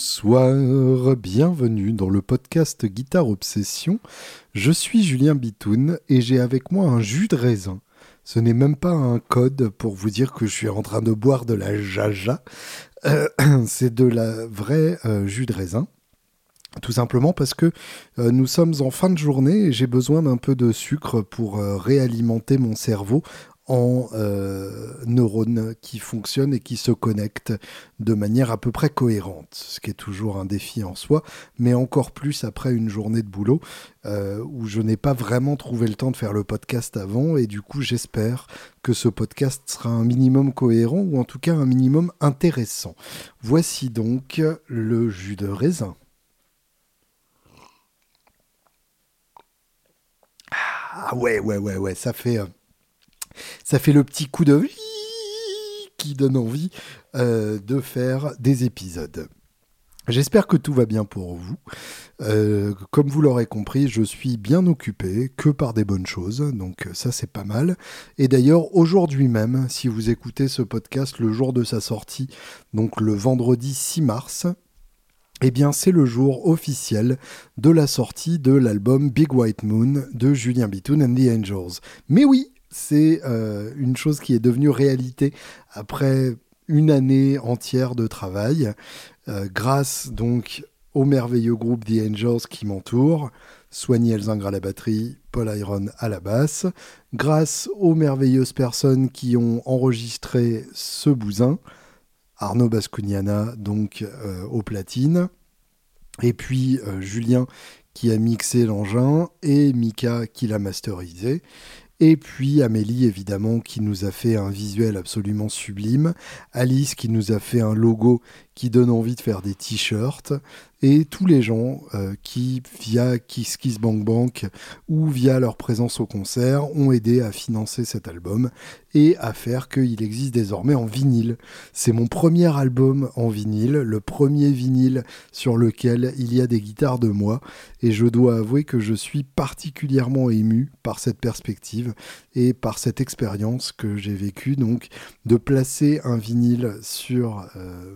Bonsoir, bienvenue dans le podcast Guitare Obsession. Je suis Julien Bitoun et j'ai avec moi un jus de raisin. Ce n'est même pas un code pour vous dire que je suis en train de boire de la jaja. C'est de la vraie jus de raisin. Tout simplement parce que nous sommes en fin de journée et j'ai besoin d'un peu de sucre pour réalimenter mon cerveau en neurones qui fonctionnent et qui se connectent de manière à peu près cohérente, ce qui est toujours un défi en soi, mais encore plus après une journée de boulot où je n'ai pas vraiment trouvé le temps de faire le podcast avant, et du coup j'espère que ce podcast sera un minimum cohérent ou en tout cas un minimum intéressant. Voici donc le jus de raisin. Ah ouais, ça fait le petit coup de qui donne envie de faire des épisodes. J'espère que tout va bien pour vous. Comme vous l'aurez compris, je suis bien occupé, que par des bonnes choses, donc ça c'est pas mal. Et d'ailleurs, aujourd'hui même, si vous écoutez ce podcast le jour de sa sortie, donc le vendredi 6 mars, eh bien, c'est le jour officiel de la sortie de l'album Big White Moon de Julien Bitoun and the Angels. Mais oui, c'est une chose qui est devenue réalité après une année entière de travail, grâce donc au merveilleux groupe The Angels qui m'entoure, Soigny Elzingre à la batterie, Paul Iron à la basse, grâce aux merveilleuses personnes qui ont enregistré ce bousin, Arnaud Bascugnana donc aux platines, et puis Julien qui a mixé l'engin, et Mika qui l'a masterisé, et puis Amélie évidemment qui nous a fait un visuel absolument sublime, Alice qui nous a fait un logo qui donne envie de faire des t-shirts, et tous les gens qui, via Kiss Kiss Bank Bank ou via leur présence au concert, ont aidé à financer cet album et à faire qu'il existe désormais en vinyle. C'est mon premier album en vinyle, le premier vinyle sur lequel il y a des guitares de moi, et je dois avouer que je suis particulièrement ému par cette perspective et par cette expérience que j'ai vécue, donc de placer un vinyle sur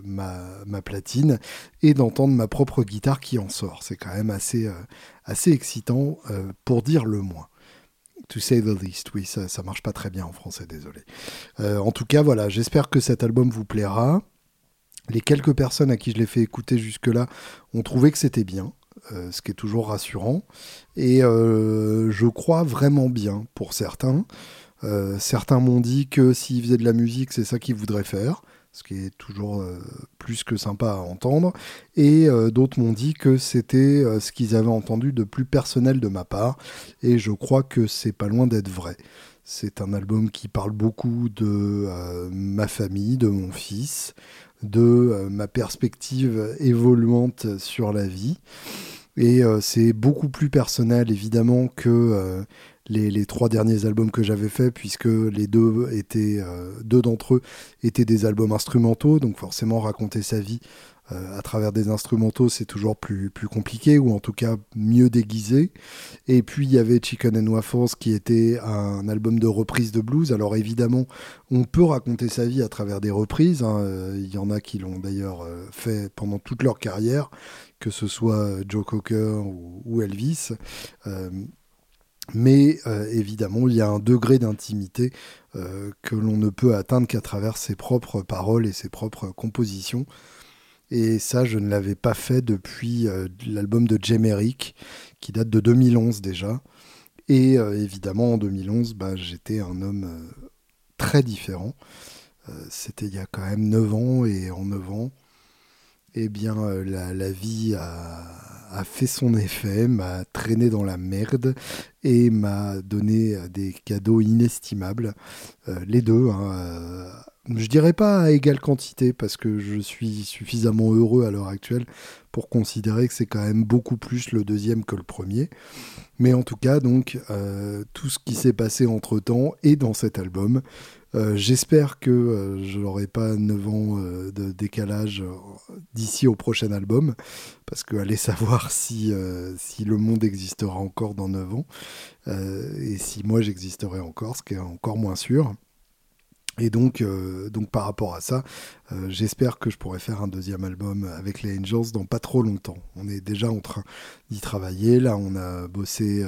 ma platine et d'entendre ma propre guitare qui en sort. C'est quand même assez excitant pour dire le moins. To say the least, oui, ça marche pas très bien en français, désolé. En tout cas, voilà, j'espère que cet album vous plaira. Les quelques personnes à qui je l'ai fait écouter jusque-là ont trouvé que c'était bien, ce qui est toujours rassurant. Et je crois vraiment bien pour certains. Certains m'ont dit que s'ils faisaient de la musique, c'est ça qu'ils voudraient faire, ce qui est toujours plus que sympa à entendre. Et d'autres m'ont dit que c'était ce qu'ils avaient entendu de plus personnel de ma part. Et je crois que c'est pas loin d'être vrai. C'est un album qui parle beaucoup de ma famille, de mon fils, de ma perspective évoluante sur la vie. Et c'est beaucoup plus personnel, évidemment, que les trois derniers albums que j'avais faits, puisque les deux d'entre eux étaient des albums instrumentaux, donc forcément raconter sa vie à travers des instrumentaux, c'est toujours plus compliqué, ou en tout cas mieux déguisé. Et puis il y avait Chicken and Waffles, qui était un album de reprise de blues. Alors évidemment, on peut raconter sa vie à travers des reprises, hein. Il y en a qui l'ont d'ailleurs fait pendant toute leur carrière, que ce soit Joe Cocker ou Elvis. Mais évidemment, il y a un degré d'intimité que l'on ne peut atteindre qu'à travers ses propres paroles et ses propres compositions. Et ça, je ne l'avais pas fait depuis l'album de Jemerick, qui date de 2011 déjà. Et évidemment, en 2011, j'étais un homme très différent. C'était il y a quand même 9 ans, et en 9 ans, eh bien, la vie a fait son effet, m'a traîné dans la merde et m'a donné des cadeaux inestimables. Les deux, hein, je dirais pas à égale quantité, parce que je suis suffisamment heureux à l'heure actuelle pour considérer que c'est quand même beaucoup plus le deuxième que le premier. Mais en tout cas, donc, tout ce qui s'est passé entre-temps est dans cet album. J'espère que je n'aurai pas 9 ans de décalage d'ici au prochain album, parce que allez savoir si le monde existera encore dans 9 ans, et si moi j'existerai encore, ce qui est encore moins sûr. Et donc par rapport à ça, j'espère que je pourrai faire un deuxième album avec les Angels dans pas trop longtemps. On est déjà en train d'y travailler. Là, on a bossé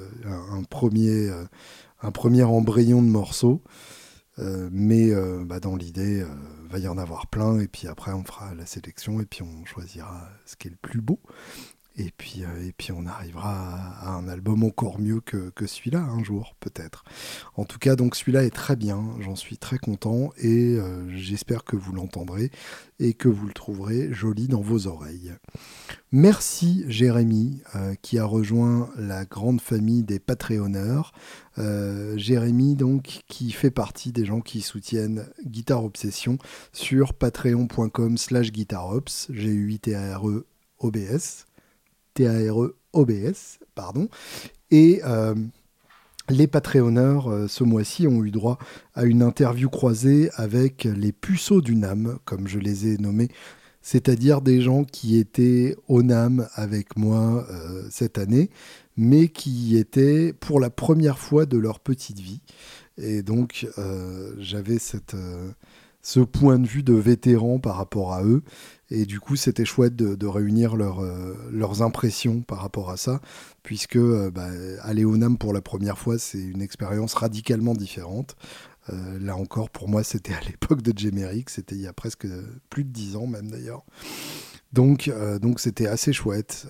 un premier embryon de morceaux. Mais dans l'idée, va y en avoir plein. Et puis après, on fera la sélection et puis on choisira ce qui est le plus beau. Et puis on arrivera à un album encore mieux que celui-là un jour, peut-être. En tout cas, donc celui-là est très bien, j'en suis très content et j'espère que vous l'entendrez et que vous le trouverez joli dans vos oreilles. Merci Jérémy qui a rejoint la grande famille des Patreonneurs. Jérémy donc qui fait partie des gens qui soutiennent Guitar Obsession sur patreon.com/guitarops, GUITAREOBS. TAREOBS, pardon. Et les Patreonneurs, ce mois-ci, ont eu droit à une interview croisée avec les puceaux du NAMM, comme je les ai nommés, c'est-à-dire des gens qui étaient au NAMM avec moi cette année, mais qui y étaient pour la première fois de leur petite vie. Et donc, j'avais ce point de vue de vétéran par rapport à eux. Et du coup, c'était chouette de réunir leurs impressions par rapport à ça, puisque aller au NAMM pour la première fois, c'est une expérience radicalement différente. Là encore, pour moi, c'était à l'époque de Jemeric, c'était il y a presque plus de 10 ans même d'ailleurs. Donc c'était assez chouette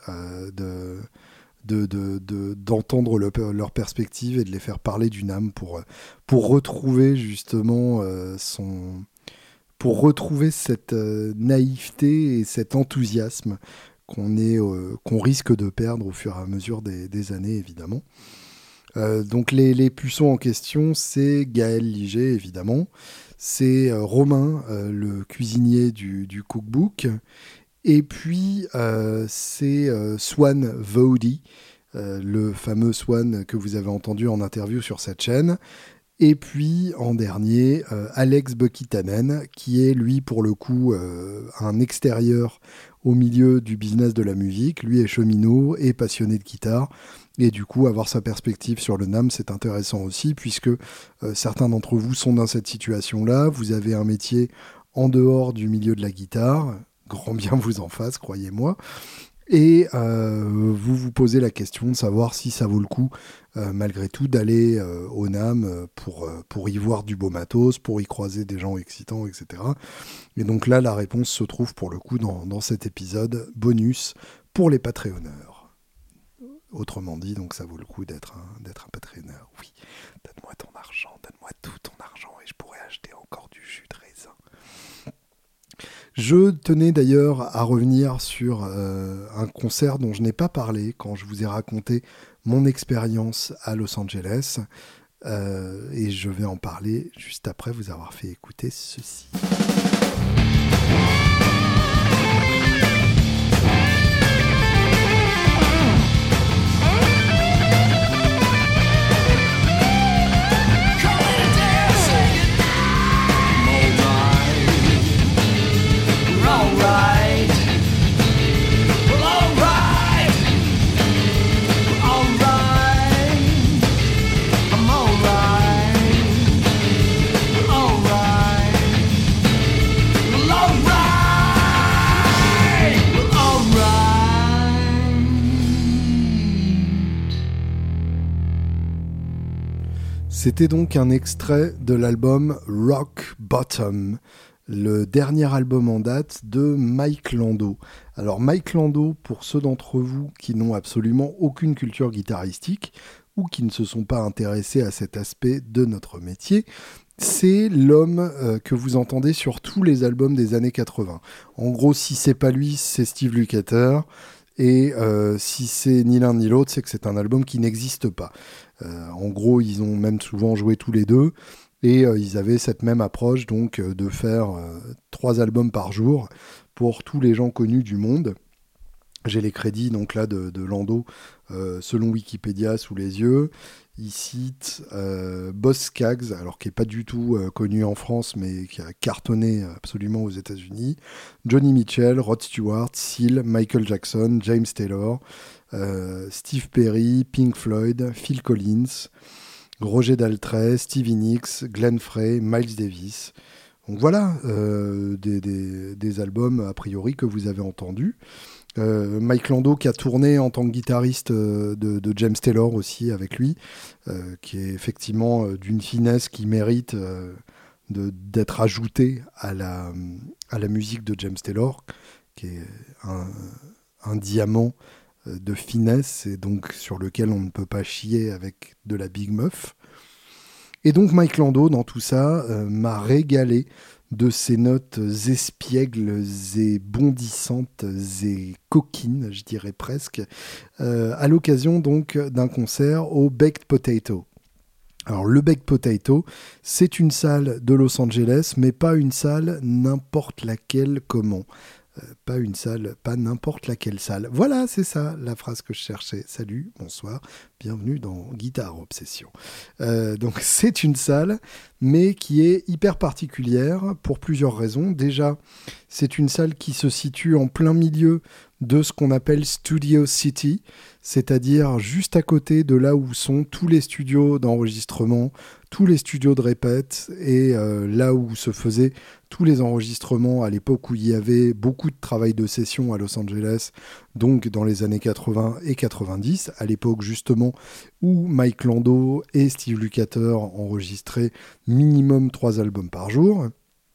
d'entendre leur perspective et de les faire parler du NAMM pour retrouver justement pour retrouver cette naïveté et cet enthousiasme qu'on risque de perdre au fur et à mesure des années, évidemment. Donc les puceaux en question, c'est Gaël Liger, évidemment. C'est Romain, le cuisinier du cookbook. Et puis, c'est Swan Vody, le fameux Swan que vous avez entendu en interview sur cette chaîne. Et puis, en dernier, Alex Buckitanen, qui est, lui, pour le coup, un extérieur au milieu du business de la musique. Lui est cheminot et passionné de guitare. Et du coup, avoir sa perspective sur le NAMM, c'est intéressant aussi, puisque certains d'entre vous sont dans cette situation-là. Vous avez un métier en dehors du milieu de la guitare. Grand bien vous en fasse, croyez-moi. Et vous vous posez la question de savoir si ça vaut le coup, malgré tout, d'aller au NAMM pour y voir du beau matos, pour y croiser des gens excitants, etc. Et donc là, la réponse se trouve pour le coup dans cet épisode bonus pour les Patreonneurs. Autrement dit, donc ça vaut le coup d'être un Patreonneur. Oui, donne-moi ton argent, donne-moi tout ton argent et je pourrais acheter encore du jus de raisin. Je tenais d'ailleurs à revenir sur un concert dont je n'ai pas parlé quand je vous ai raconté mon expérience à Los Angeles. Et je vais en parler juste après vous avoir fait écouter ceci. C'était donc un extrait de l'album Rock Bottom, le dernier album en date de Mike Landau. Alors Mike Landau, pour ceux d'entre vous qui n'ont absolument aucune culture guitaristique ou qui ne se sont pas intéressés à cet aspect de notre métier, c'est l'homme que vous entendez sur tous les albums des années 80. En gros, si c'est pas lui, c'est Steve Lukather. Et si c'est ni l'un ni l'autre, c'est que c'est un album qui n'existe pas. En gros, ils ont même souvent joué tous les deux. Et ils avaient cette même approche donc de faire 3 albums par jour pour tous les gens connus du monde. J'ai les crédits donc là de Landau selon Wikipédia sous les yeux. Il cite Boz Scaggs, alors qui n'est pas du tout connu en France, mais qui a cartonné absolument aux États-Unis. Johnny Mitchell, Rod Stewart, Seal, Michael Jackson, James Taylor, Steve Perry, Pink Floyd, Phil Collins. Roger Daltrey, Stevie Nicks, Glenn Frey, Miles Davis. Donc voilà, des albums a priori que vous avez entendus. Mike Landau qui a tourné en tant que guitariste de James Taylor aussi avec lui, qui est effectivement d'une finesse qui mérite d'être ajouté à la musique de James Taylor, qui est un diamant de finesse et donc sur lequel on ne peut pas chier avec de la Big Muff. Et donc Mike Landau, dans tout ça, m'a régalé de ses notes espiègles et bondissantes et coquines, je dirais presque, à l'occasion donc d'un concert au Baked Potato. Alors le Baked Potato, c'est une salle de Los Angeles, mais pas une salle n'importe laquelle comment. Pas une salle, pas n'importe laquelle salle. Voilà, c'est ça la phrase que je cherchais. Salut, bonsoir, bienvenue dans Guitare Obsession. Donc c'est une salle, mais qui est hyper particulière pour plusieurs raisons. Déjà, c'est une salle qui se situe en plein milieu de ce qu'on appelle Studio City, c'est-à-dire juste à côté de là où sont tous les studios d'enregistrement, tous les studios de répète, et là où se faisaient tous les enregistrements à l'époque où il y avait beaucoup de travail de session à Los Angeles, donc dans les années 80 et 90, à l'époque justement où Mike Landau et Steve Lukather enregistraient minimum 3 albums par jour.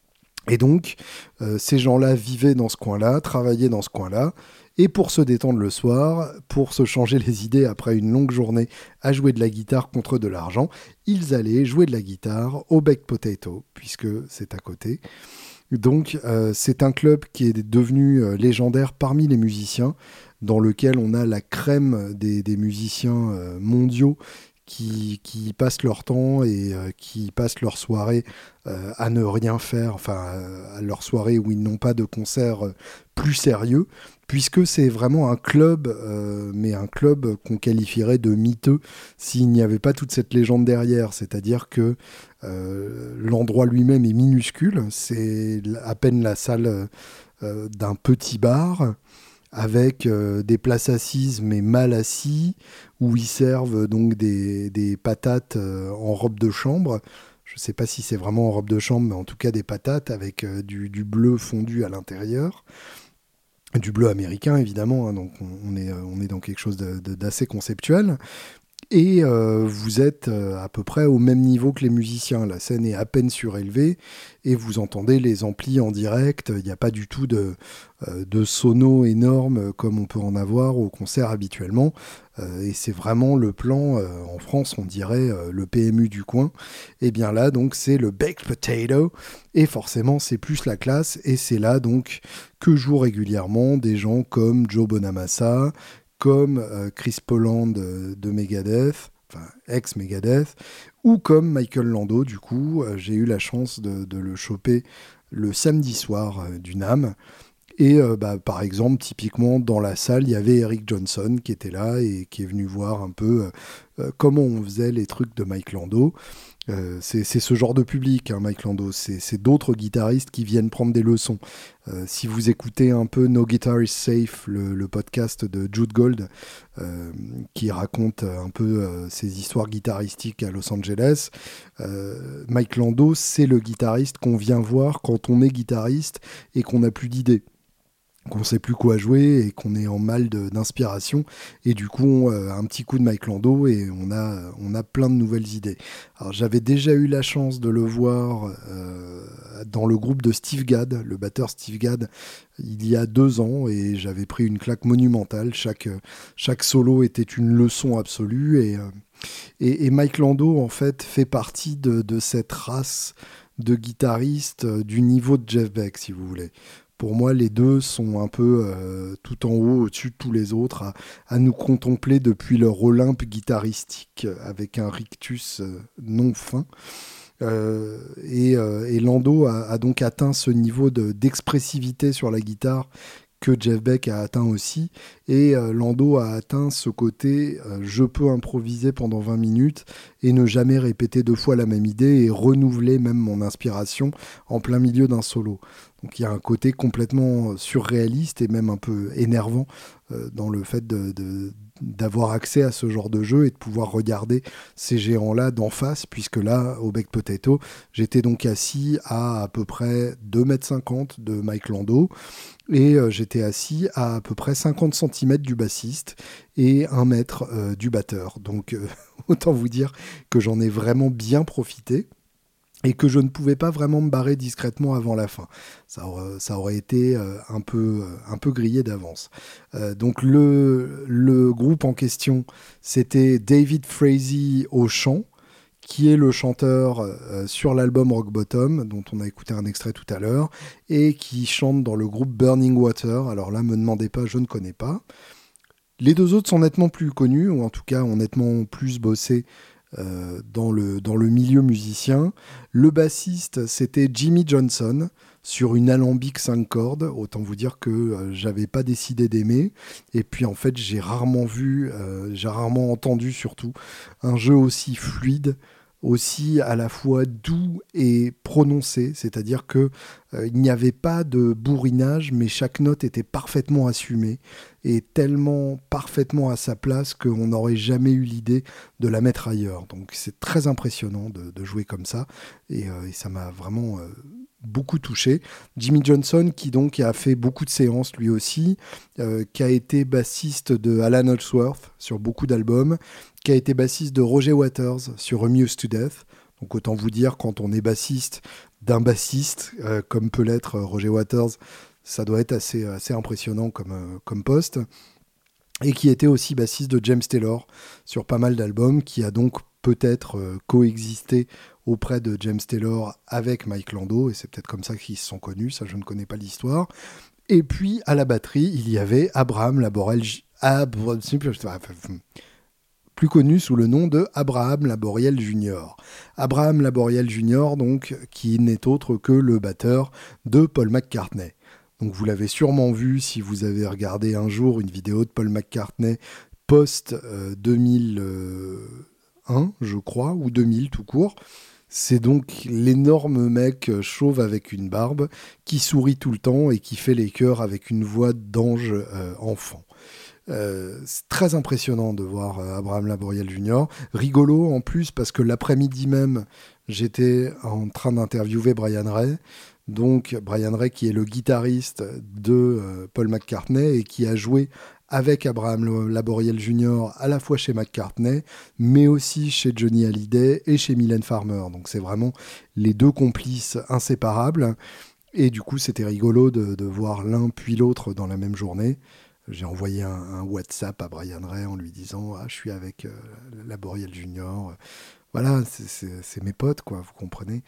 Et donc, ces gens-là vivaient dans ce coin-là, travaillaient dans ce coin-là, et pour se détendre le soir, pour se changer les idées après une longue journée à jouer de la guitare contre de l'argent, ils allaient jouer de la guitare au Baked Potato, puisque c'est à côté. Donc, c'est un club qui est devenu légendaire parmi les musiciens, dans lequel on a la crème des musiciens mondiaux qui passent leur temps et qui passent leur soirée à ne rien faire, enfin à leur soirée où ils n'ont pas de concert plus sérieux, puisque c'est vraiment un club, mais un club qu'on qualifierait de miteux s'il n'y avait pas toute cette légende derrière, c'est-à-dire que l'endroit lui-même est minuscule, c'est à peine la salle d'un petit bar, avec des places assises mais mal assis, où ils servent donc des patates en robe de chambre. Je ne sais pas si c'est vraiment en robe de chambre, mais en tout cas des patates avec du bleu fondu à l'intérieur. Du bleu américain, évidemment, hein, donc on est dans quelque chose d'assez conceptuel. Et vous êtes à peu près au même niveau que les musiciens. La scène est à peine surélevée et vous entendez les amplis en direct. Il n'y a pas du tout de sono énorme comme on peut en avoir au concert habituellement. Et c'est vraiment le plan, en France on dirait le PMU du coin. Et bien là donc c'est le Baked Potato et forcément c'est plus la classe. Et c'est là donc que jouent régulièrement des gens comme Joe Bonamassa, comme Chris Poland de Megadeth, enfin ex-Megadeth, ou comme Michael Landau, du coup, j'ai eu la chance de le choper le samedi soir du NAMM. Et par exemple, typiquement, dans la salle, il y avait Eric Johnson qui était là et qui est venu voir un peu comment on faisait les trucs de Mike Landau. C'est ce genre de public, hein, Mike Landau. C'est d'autres guitaristes qui viennent prendre des leçons. Si vous écoutez un peu No Guitar is Safe, le podcast de Jude Gold, qui raconte un peu ses histoires guitaristiques à Los Angeles, Mike Landau, c'est le guitariste qu'on vient voir quand on est guitariste et qu'on n'a plus d'idées, qu'on sait plus quoi jouer et qu'on est en mal d'inspiration, et du coup un petit coup de Mike Landau et on a plein de nouvelles idées. Alors j'avais déjà eu la chance de le voir dans le groupe de Steve Gadd, le batteur Steve Gadd, il y a 2 ans, et j'avais pris une claque monumentale. Chaque solo était une leçon absolue, et Mike Landau en fait fait partie de cette race de guitaristes du niveau de Jeff Beck, si vous voulez. Pour moi, les deux sont un peu tout en haut, au-dessus de tous les autres, à nous contempler depuis leur Olympe guitaristique, avec un rictus non fin. Et Landau a donc atteint ce niveau d'expressivité sur la guitare que Jeff Beck a atteint aussi, et Landau a atteint ce côté je peux improviser pendant 20 minutes et ne jamais répéter 2 fois la même idée et renouveler même mon inspiration en plein milieu d'un solo. Donc il y a un côté complètement surréaliste et même un peu énervant dans le fait d'avoir accès à ce genre de jeu et de pouvoir regarder ces géants-là d'en face, puisque là, au Bec Potato, j'étais donc assis à peu près 2,50 m de Mike Landau, et j'étais assis à peu près 50 cm du bassiste et 1 mètre du batteur. Donc autant vous dire que j'en ai vraiment bien profité et que je ne pouvais pas vraiment me barrer discrètement avant la fin. Ça aurait été un peu grillé d'avance. Donc le groupe en question, c'était David Frazee au chant, qui est le chanteur sur l'album Rock Bottom, dont on a écouté un extrait tout à l'heure, et qui chante dans le groupe Burning Water. Alors là, me demandez pas, je ne connais pas. Les deux autres sont nettement plus connus, ou en tout cas ont nettement plus bossé dans le milieu musicien. Le bassiste, c'était Jimmy Johnson, sur une alambic 5 cordes. Autant vous dire que j'avais pas décidé d'aimer. Et puis en fait, j'ai rarement entendu surtout un jeu aussi fluide, aussi à la fois doux et prononcé, c'est-à-dire que il n'y avait pas de bourrinage, mais chaque note était parfaitement assumée et tellement parfaitement à sa place qu'on n'aurait jamais eu l'idée de la mettre ailleurs. Donc c'est très impressionnant de jouer comme ça, et ça m'a vraiment beaucoup touché. Jimmy Johnson, qui donc a fait beaucoup de séances lui aussi, qui a été bassiste de Alan Holdsworth sur beaucoup d'albums, qui a été bassiste de Roger Waters sur Amused to Death. Donc autant vous dire, quand on est bassiste d'un bassiste, comme peut l'être Roger Waters, ça doit être assez impressionnant comme poste. Et qui était aussi bassiste de James Taylor sur pas mal d'albums, qui a donc peut-être coexisté auprès de James Taylor avec Mike Landau, et c'est peut-être comme ça qu'ils se sont connus, ça je ne connais pas l'histoire. Et puis à la batterie, il y avait Abraham Laboriel, plus connu sous le nom de Abraham Laboriel Jr. Abraham Laboriel Jr., donc, qui n'est autre que le batteur de Paul McCartney. Donc vous l'avez sûrement vu si vous avez regardé un jour une vidéo de Paul McCartney post 2001, je crois, ou 2000 tout court. C'est donc l'énorme mec chauve avec une barbe qui sourit tout le temps et qui fait les chœurs avec une voix d'ange enfant. C'est très impressionnant de voir Abraham Laboriel Jr. Rigolo en plus parce que l'après-midi même, j'étais en train d'interviewer Brian Ray. Donc Brian Ray, qui est le guitariste de Paul McCartney et qui a joué avec Abraham Laboriel Jr. à la fois chez McCartney, mais aussi chez Johnny Hallyday et chez Mylène Farmer. Donc c'est vraiment les deux complices inséparables. Et du coup, c'était rigolo de voir l'un puis l'autre dans la même journée. J'ai envoyé un WhatsApp à Brian Ray en lui disant « Ah, je suis avec Laboriel Junior. » Voilà, c'est mes potes, quoi, vous comprenez.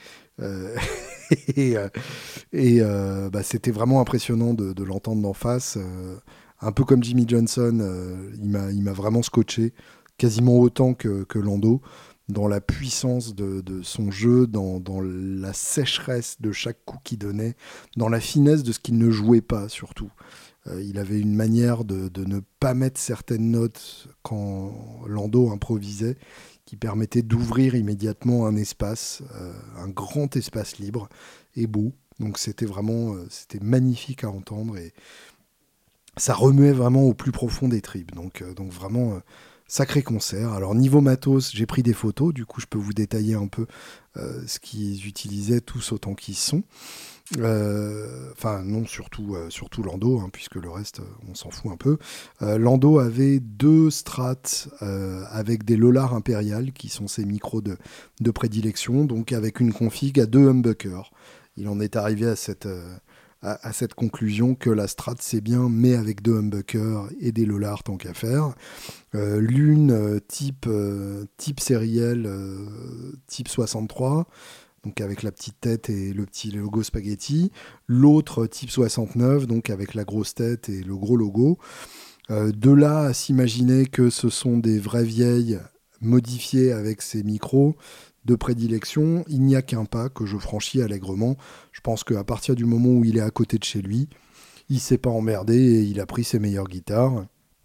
C'était vraiment impressionnant de l'entendre d'en face. Un peu comme Jimmy Johnson, il m'a vraiment scotché, quasiment autant que Lando, dans la puissance de son jeu, dans la sécheresse de chaque coup qu'il donnait, dans la finesse de ce qu'il ne jouait pas, surtout. Il avait une manière de ne pas mettre certaines notes quand Lando improvisait, qui permettait d'ouvrir immédiatement un espace, un grand espace libre et beau. Donc c'était magnifique à entendre et ça remuait vraiment au plus profond des tripes. Donc vraiment sacré concert. Alors niveau matos, j'ai pris des photos, du coup je peux vous détailler un peu ce qu'ils utilisaient tous autant qu'ils sont. Enfin non, surtout Lando, hein, puisque le reste on s'en fout un peu. Lando avait 2 strats avec des Lolar Impérial qui sont ses micros de prédilection, donc avec une config à 2 humbuckers. Il en est arrivé à cette conclusion que la strat c'est bien, mais avec 2 humbuckers et des Lolar tant qu'à faire. L'une type sériel, type 63, donc avec la petite tête et le petit logo spaghetti. L'autre type 69, donc avec la grosse tête et le gros logo. De là à s'imaginer que ce sont des vraies vieilles modifiées avec ces micros de prédilection, il n'y a qu'un pas que je franchis allègrement. Je pense qu'à partir du moment où il est à côté de chez lui, il s'est pas emmerdé et il a pris ses meilleures guitares.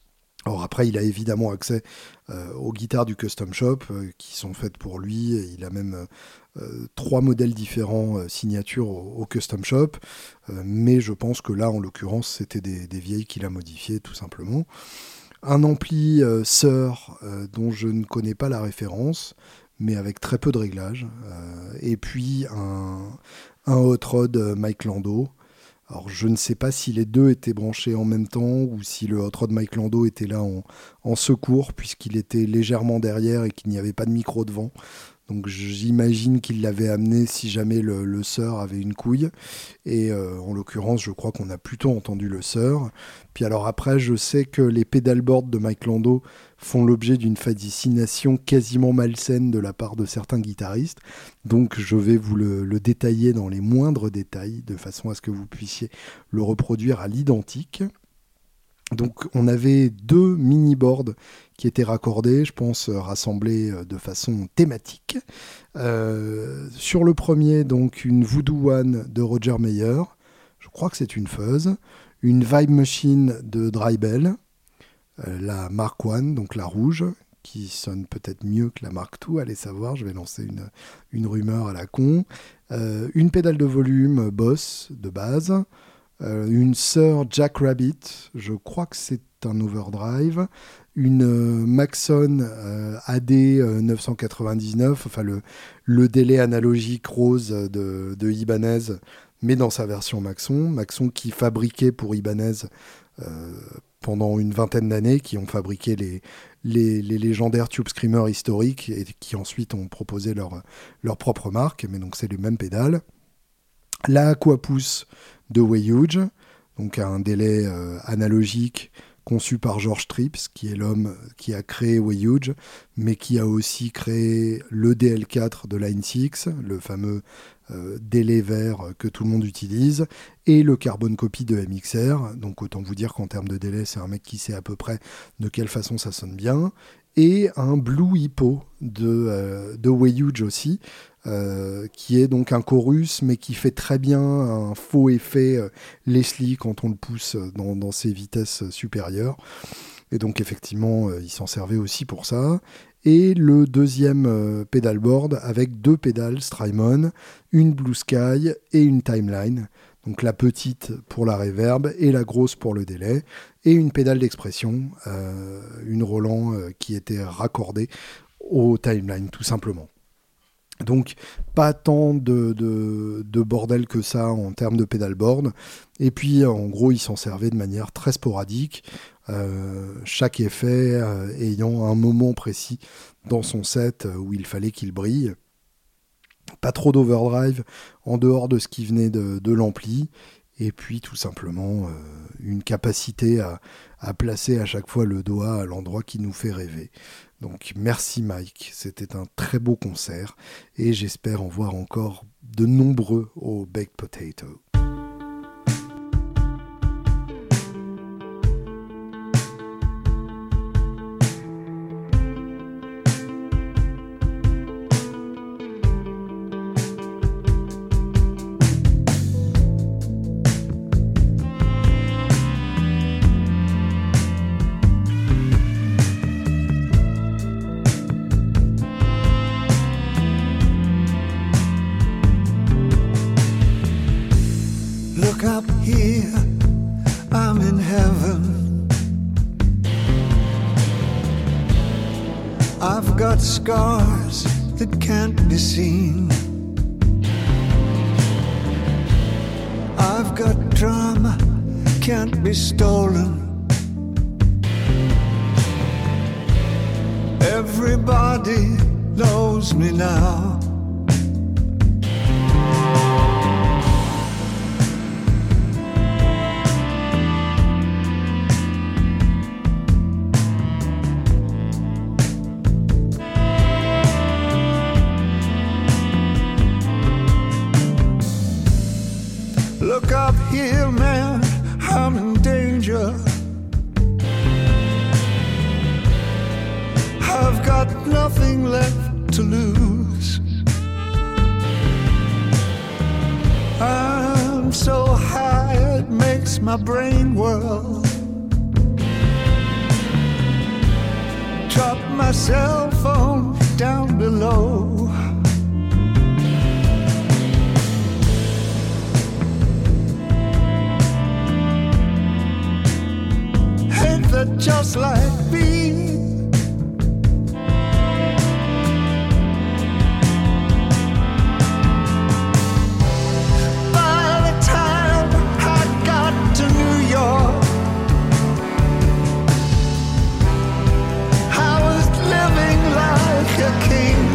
Alors après, il a évidemment accès aux guitares du Custom Shop qui sont faites pour lui. Il a même 3 modèles différents signature au Custom Shop. Mais je pense que là, en l'occurrence, c'était des vieilles qu'il a modifiées tout simplement. Un ampli Suhr dont je ne connais pas la référence, mais avec très peu de réglages. Et puis un Hot Rod Mike Landau. Alors je ne sais pas si les deux étaient branchés en même temps ou si le Hot Rod Mike Landau était là en secours puisqu'il était légèrement derrière et qu'il n'y avait pas de micro devant. Donc j'imagine qu'il l'avait amené si jamais le Suhr avait une couille. Et en l'occurrence, je crois qu'on a plutôt entendu le Suhr. Puis alors après, je sais que les pédalboards de Mike Landau font l'objet d'une fascination quasiment malsaine de la part de certains guitaristes. Donc je vais vous le détailler dans les moindres détails, de façon à ce que vous puissiez le reproduire à l'identique. Donc on avait 2 mini-boards qui étaient raccordés, je pense rassemblés de façon thématique. Sur le premier, donc une Voodoo One de Roger Mayer, je crois que c'est une fuzz, une Vibe Machine de Drybell, la Mark I, donc la rouge, qui sonne peut-être mieux que la Mark II, allez savoir, je vais lancer une rumeur à la con, une pédale de volume Boss de base, une Suhr Jackrabbit, je crois que c'est un overdrive, une Maxon AD 999, enfin le délai analogique rose de Ibanez, mais dans sa version Maxon qui fabriquait pour Ibanez pendant une vingtaine d'années, qui ont fabriqué les légendaires Tube Screamer historiques et qui ensuite ont proposé leur propre marque, mais donc c'est les mêmes pédales. La Aquapus de Way-Huge, donc un délai analogique conçu par George Trips, qui est l'homme qui a créé Way-Huge, mais qui a aussi créé le DL4 de Line 6, le fameux délai vert que tout le monde utilise, et le Carbon Copy de MXR. Donc autant vous dire qu'en termes de délai, c'est un mec qui sait à peu près de quelle façon ça sonne bien. Et un Blue Hippo de Way-Huge aussi, qui est donc un chorus, mais qui fait très bien un faux effet Leslie quand on le pousse dans ses vitesses supérieures. Et donc effectivement, il s'en servait aussi pour ça. Et le deuxième pedalboard avec 2 pédales Strymon, une Blue Sky et une Timeline. Donc la petite pour la reverb et la grosse pour le délai. Et une pédale d'expression, une Roland qui était raccordée au Timeline tout simplement. Donc pas tant de bordel que ça en termes de pedalboard. Et puis en gros il s'en servait de manière très sporadique, chaque effet ayant un moment précis dans son set où il fallait qu'il brille. Pas trop d'overdrive en dehors de ce qui venait de l'ampli. Et puis tout simplement une capacité à placer à chaque fois le doigt à l'endroit qui nous fait rêver. Donc merci Mike, c'était un très beau concert et j'espère en voir encore de nombreux au Baked Potato. Scars that can't be seen. I've got drama, can't be stolen. Everybody knows me now. Look up here, man, I'm in danger. I've got nothing left to lose. I'm so high it makes my brain whirl. drop my cell phone down below. Ain't that just like me? By the time I got to New York, I was living like a king.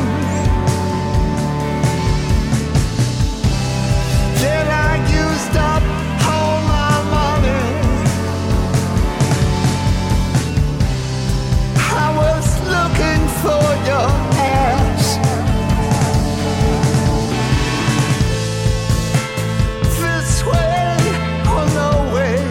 Then I used up all my money. I was looking for your ass. This way or no way.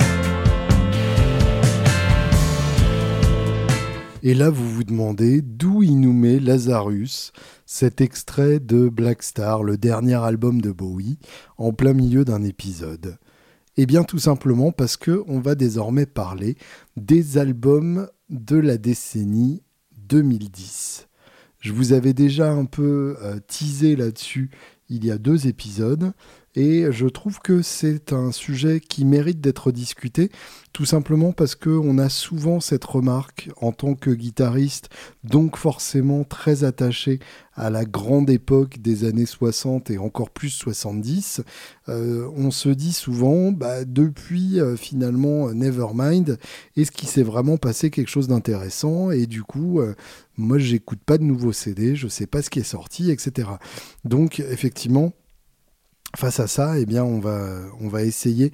Et là, vous vous demandez d'où il nous met Lazarus, cet extrait de Black Star, le dernier album de Bowie, en plein milieu d'un épisode. Eh bien, tout simplement parce qu'on va désormais parler des albums de la décennie 2010. Je vous avais déjà un peu teasé là-dessus il y a 2 épisodes, et je trouve que c'est un sujet qui mérite d'être discuté, tout simplement parce qu'on a souvent cette remarque en tant que guitariste, donc forcément très attaché à la grande époque des années 60 et encore plus 70, on se dit souvent, depuis finalement Nevermind, est-ce qu'il s'est vraiment passé quelque chose d'intéressant ? Et du coup, moi j'écoute pas de nouveaux CD, je sais pas ce qui est sorti, etc. Donc effectivement, face à ça, eh bien, on va essayer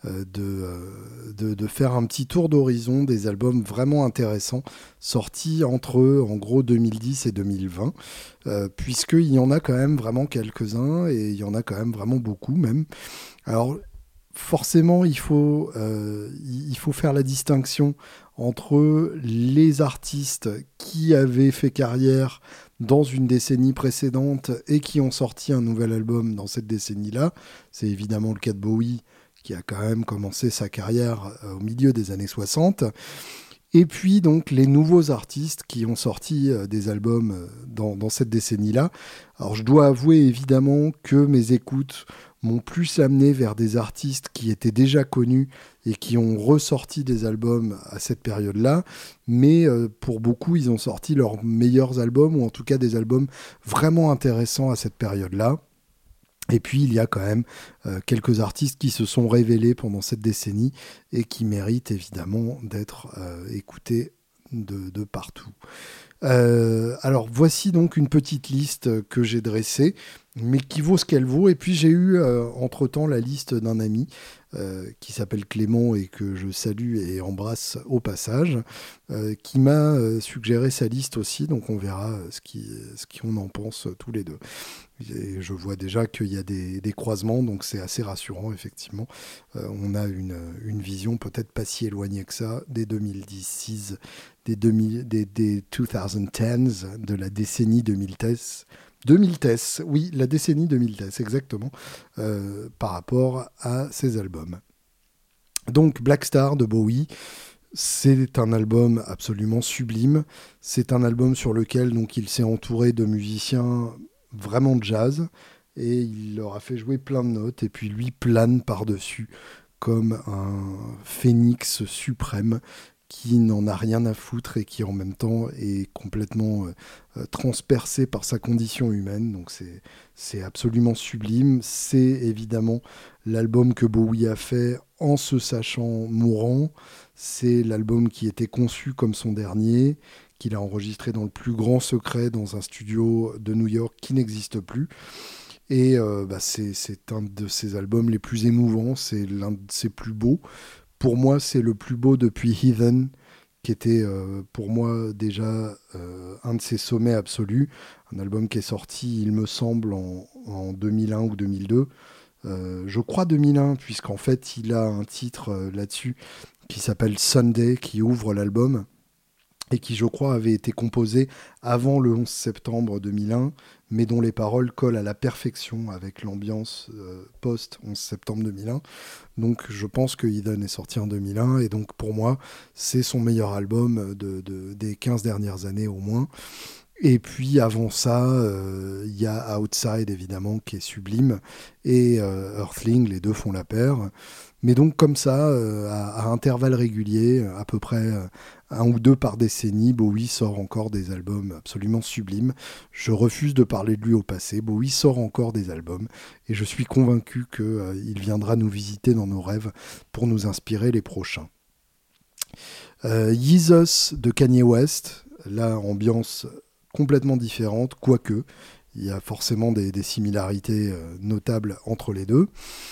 de faire un petit tour d'horizon des albums vraiment intéressants sortis entre, en gros, 2010 et 2020, puisqu'il y en a quand même vraiment quelques-uns, et il y en a quand même vraiment beaucoup même. Alors, forcément, il faut faire la distinction entre les artistes qui avaient fait carrière dans une décennie précédente et qui ont sorti un nouvel album dans cette décennie-là. C'est évidemment le cas de Bowie, qui a quand même commencé sa carrière au milieu des années 60. Et puis donc les nouveaux artistes qui ont sorti des albums dans cette décennie-là. Alors je dois avouer évidemment que mes écoutes m'ont plus amené vers des artistes qui étaient déjà connus et qui ont ressorti des albums à cette période-là, mais pour beaucoup, ils ont sorti leurs meilleurs albums, ou en tout cas des albums vraiment intéressants à cette période-là. Et puis, il y a quand même quelques artistes qui se sont révélés pendant cette décennie et qui méritent évidemment d'être écoutés de partout. Alors voici donc une petite liste que j'ai dressée, mais qui vaut ce qu'elle vaut. Et puis j'ai eu entre-temps la liste d'un ami qui s'appelle Clément et que je salue et embrasse au passage, qui m'a suggéré sa liste aussi, donc on verra ce qu'on en pense tous les deux. Et je vois déjà qu'il y a des croisements, donc c'est assez rassurant, effectivement. On a une vision peut-être pas si éloignée que ça, des 2010, des 2010s, de la décennie 2010. 2010, oui, la décennie 2010, exactement, par rapport à ces albums. Donc Black Star de Bowie, c'est un album absolument sublime. C'est un album sur lequel donc, il s'est entouré de musiciens vraiment jazz, et il leur a fait jouer plein de notes, et puis lui plane par-dessus comme un phénix suprême qui n'en a rien à foutre et qui en même temps est complètement transpercé par sa condition humaine. Donc c'est absolument sublime. C'est évidemment l'album que Bowie a fait en se sachant mourant. C'est l'album qui était conçu comme son dernier, qu'il a enregistré dans le plus grand secret dans un studio de New York qui n'existe plus. Et c'est un de ses albums les plus émouvants, c'est l'un de ses plus beaux. Pour moi, c'est le plus beau depuis Heathen, qui était pour moi déjà un de ses sommets absolus. Un album qui est sorti, il me semble, en 2001 ou 2002. Je crois 2001, puisqu'en fait, il a un titre là-dessus qui s'appelle Sunday, qui ouvre l'album. et qui, je crois, avait été composé avant le 11 septembre 2001, mais dont les paroles collent à la perfection avec l'ambiance post-11 septembre 2001. Donc je pense que Eden est sorti en 2001, et donc pour moi, c'est son meilleur album des 15 dernières années au moins. Et puis avant ça, il y a Outside évidemment qui est sublime, et Earthling, les deux font la paire. Mais donc comme ça, à intervalles réguliers, à peu près un ou deux par décennie, Bowie sort encore des albums absolument sublimes. Je refuse de parler de lui au passé. Bowie sort encore des albums, et je suis convaincu qu'il viendra nous visiter dans nos rêves pour nous inspirer les prochains. Yeezus de Kanye West, là, ambiance complètement différente, quoique il y a forcément des similarités notables entre les deux.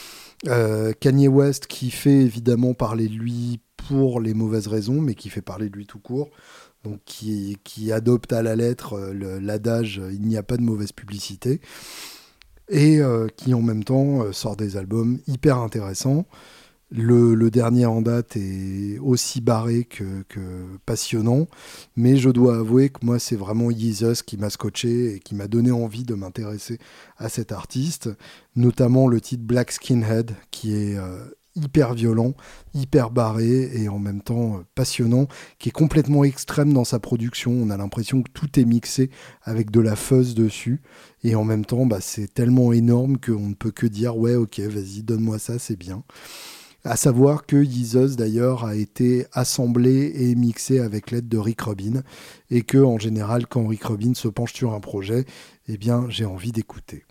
Kanye West qui fait évidemment parler de lui pour les mauvaises raisons, mais qui fait parler de lui tout court, donc qui adopte à la lettre l'adage « il n'y a pas de mauvaise publicité », et qui en même temps sort des albums hyper intéressants. Le dernier en date est aussi barré que passionnant, mais je dois avouer que moi c'est vraiment Yeezus qui m'a scotché et qui m'a donné envie de m'intéresser à cet artiste, notamment le titre Black Skinhead qui est hyper violent, hyper barré et en même temps passionnant, qui est complètement extrême dans sa production. On a l'impression que tout est mixé avec de la fuzz dessus, et en même temps c'est tellement énorme qu'on ne peut que dire ouais ok vas-y donne-moi ça, c'est bien. À savoir que Yeezus d'ailleurs a été assemblé et mixé avec l'aide de Rick Rubin, et que en général quand Rick Rubin se penche sur un projet, eh bien j'ai envie d'écouter.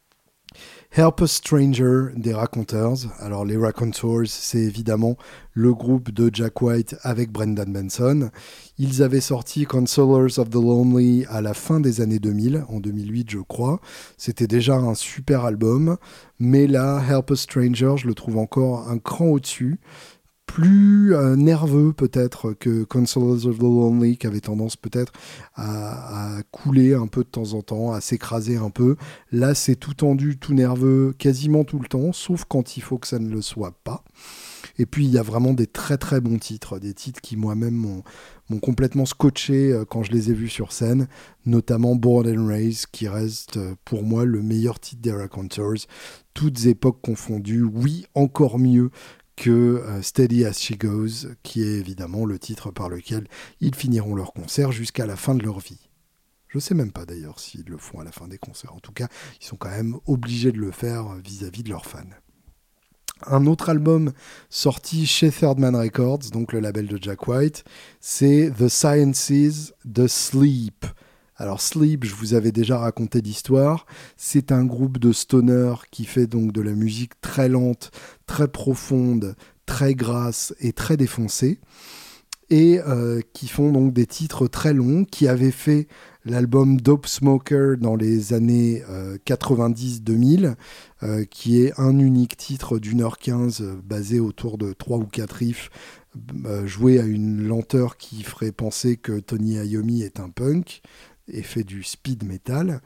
Help a Stranger des Raconteurs. Alors les Raconteurs, c'est évidemment le groupe de Jack White avec Brendan Benson. Ils avaient sorti Consolers of the Lonely à la fin des années 2000, en 2008 je crois. C'était déjà un super album, mais là, Help a Stranger, je le trouve encore un cran au-dessus. Plus nerveux peut-être que Consolers of the Lonely, qui avait tendance peut-être à couler un peu de temps en temps, à s'écraser un peu. Là, c'est tout tendu, tout nerveux, quasiment tout le temps, sauf quand il faut que ça ne le soit pas. Et puis, il y a vraiment des très très bons titres, des titres qui moi-même m'ont complètement scotché quand je les ai vus sur scène, notamment Born and Raised, qui reste pour moi le meilleur titre des Raconteurs, toutes époques confondues, oui, encore mieux que Steady as She Goes, qui est évidemment le titre par lequel ils finiront leur concert jusqu'à la fin de leur vie. Je ne sais même pas d'ailleurs s'ils le font à la fin des concerts. En tout cas, ils sont quand même obligés de le faire vis-à-vis de leurs fans. Un autre album sorti chez Third Man Records, donc le label de Jack White, c'est The Sciences de Sleep. Alors Sleep, je vous avais déjà raconté l'histoire, c'est un groupe de stoner qui fait donc de la musique très lente, très profonde, très grasse et très défoncée, et qui font donc des titres très longs, qui avaient fait l'album Dope Smoker dans les années 90-2000, qui est un unique titre d'1h15 basé autour de 3 ou 4 riffs, joué à une lenteur qui ferait penser que Tony Iommi est un punk, et fait du speed metal.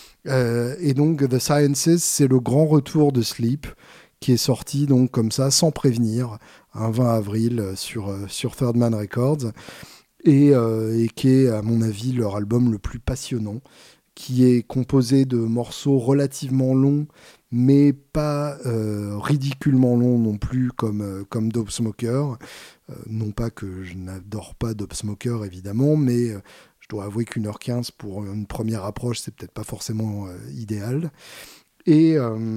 Et donc The Sciences, c'est le grand retour de Sleep, qui est sorti donc comme ça, sans prévenir, un 20 avril sur Third Man Records, et qui est à mon avis leur album le plus passionnant, qui est composé de morceaux relativement longs, mais pas ridiculement longs non plus comme Dope Smoker. Non pas que je n'adore pas Dope Smoker évidemment, mais je dois avouer qu'1h15 pour une première approche, c'est peut-être pas forcément idéal. Et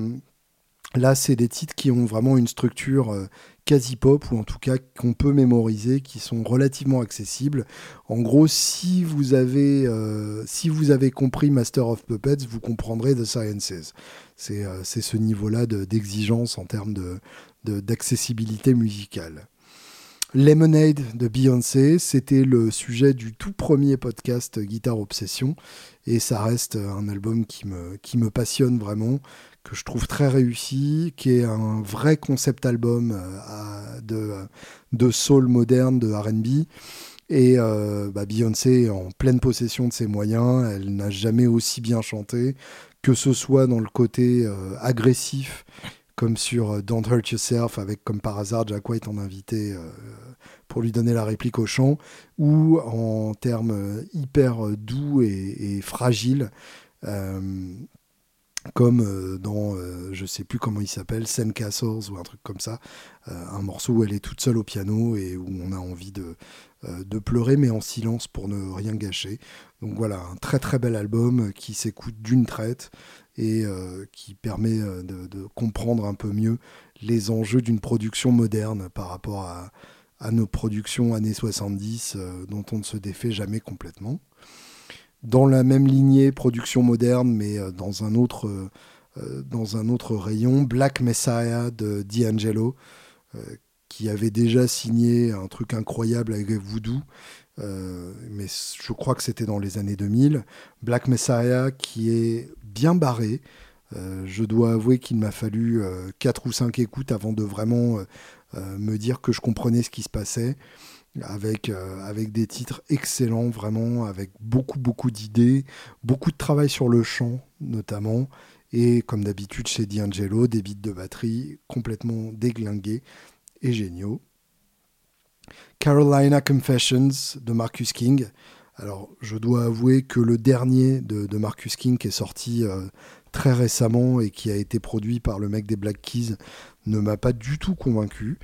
là, c'est des titres qui ont vraiment une structure quasi pop, ou en tout cas qu'on peut mémoriser, qui sont relativement accessibles. En gros, si vous avez compris Master of Puppets, vous comprendrez The Sciences. C'est ce niveau-là d'exigence en termes d'accessibilité musicale. Lemonade de Beyoncé, c'était le sujet du tout premier podcast Guitare Obsession, et ça reste un album qui me passionne vraiment, que je trouve très réussi, qui est un vrai concept album de soul moderne, de R&B. Et Beyoncé est en pleine possession de ses moyens, elle n'a jamais aussi bien chanté, que ce soit dans le côté agressif, comme sur Don't Hurt Yourself, avec comme par hasard Jack White en invité pour lui donner la réplique au chant, ou en termes hyper doux et fragiles, comme dans, je sais plus comment il s'appelle, Sandcastles ou un truc comme ça, un morceau où elle est toute seule au piano et où on a envie de pleurer, mais en silence pour ne rien gâcher. Donc voilà, un très très bel album qui s'écoute d'une traite et qui permet de comprendre un peu mieux les enjeux d'une production moderne par rapport à nos productions années 70 dont on ne se défait jamais complètement. Dans la même lignée, production moderne, mais dans un autre rayon, Black Messiah de D'Angelo, euh, qui avait déjà signé un truc incroyable avec Voodoo, mais je crois que c'était dans les années 2000. Black Messiah qui est bien barré. Je dois avouer qu'il m'a fallu 4 ou 5 écoutes avant de vraiment me dire que je comprenais ce qui se passait. Avec des titres excellents, vraiment, avec beaucoup d'idées, beaucoup de travail sur le chant, notamment, et comme d'habitude chez D'Angelo, des beats de batterie complètement déglingués et géniaux. Carolina Confessions de Marcus King. Alors, je dois avouer que le dernier de Marcus King, qui est sorti très récemment et qui a été produit par le mec des Black Keys, ne m'a pas du tout convaincu.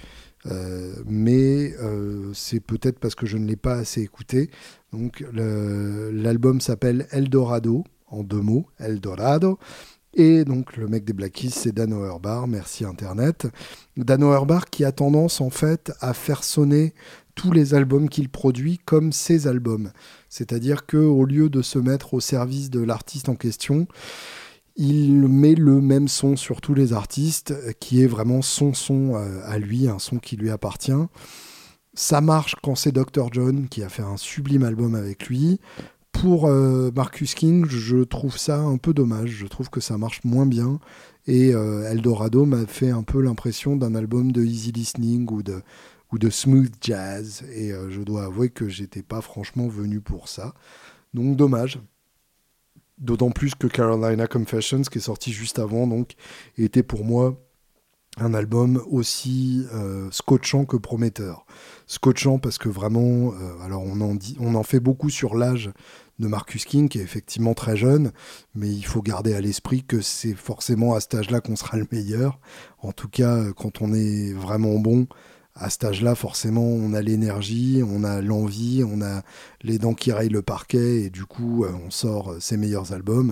Mais c'est peut-être parce que je ne l'ai pas assez écouté. Donc l'album s'appelle Eldorado, en 2 mots, Eldorado. Et donc le mec des Black Keys, c'est Dan Auerbach, merci Internet. Dan Auerbach qui a tendance en fait à faire sonner tous les albums qu'il produit comme ses albums. C'est-à-dire qu'au lieu de se mettre au service de l'artiste en question, il met le même son sur tous les artistes, qui est vraiment son son à lui, un son qui lui appartient. Ça marche quand c'est Dr. John, qui a fait un sublime album avec lui. Pour Marcus King, je trouve ça un peu dommage. Je trouve que ça marche moins bien. Et Eldorado m'a fait un peu l'impression d'un album de easy listening ou de smooth jazz. Et je dois avouer que j'étais pas franchement venu pour ça. Donc dommage. D'autant plus que Carolina Confessions, qui est sorti juste avant, donc, était pour moi un album aussi scotchant que prometteur. Scotchant parce que vraiment, alors on en fait beaucoup sur l'âge de Marcus King, qui est effectivement très jeune, mais il faut garder à l'esprit que c'est forcément à cet âge-là qu'on sera le meilleur. En tout cas, quand on est vraiment bon, à cet âge-là, forcément, on a l'énergie, on a l'envie, on a les dents qui rayent le parquet, et du coup, on sort ses meilleurs albums.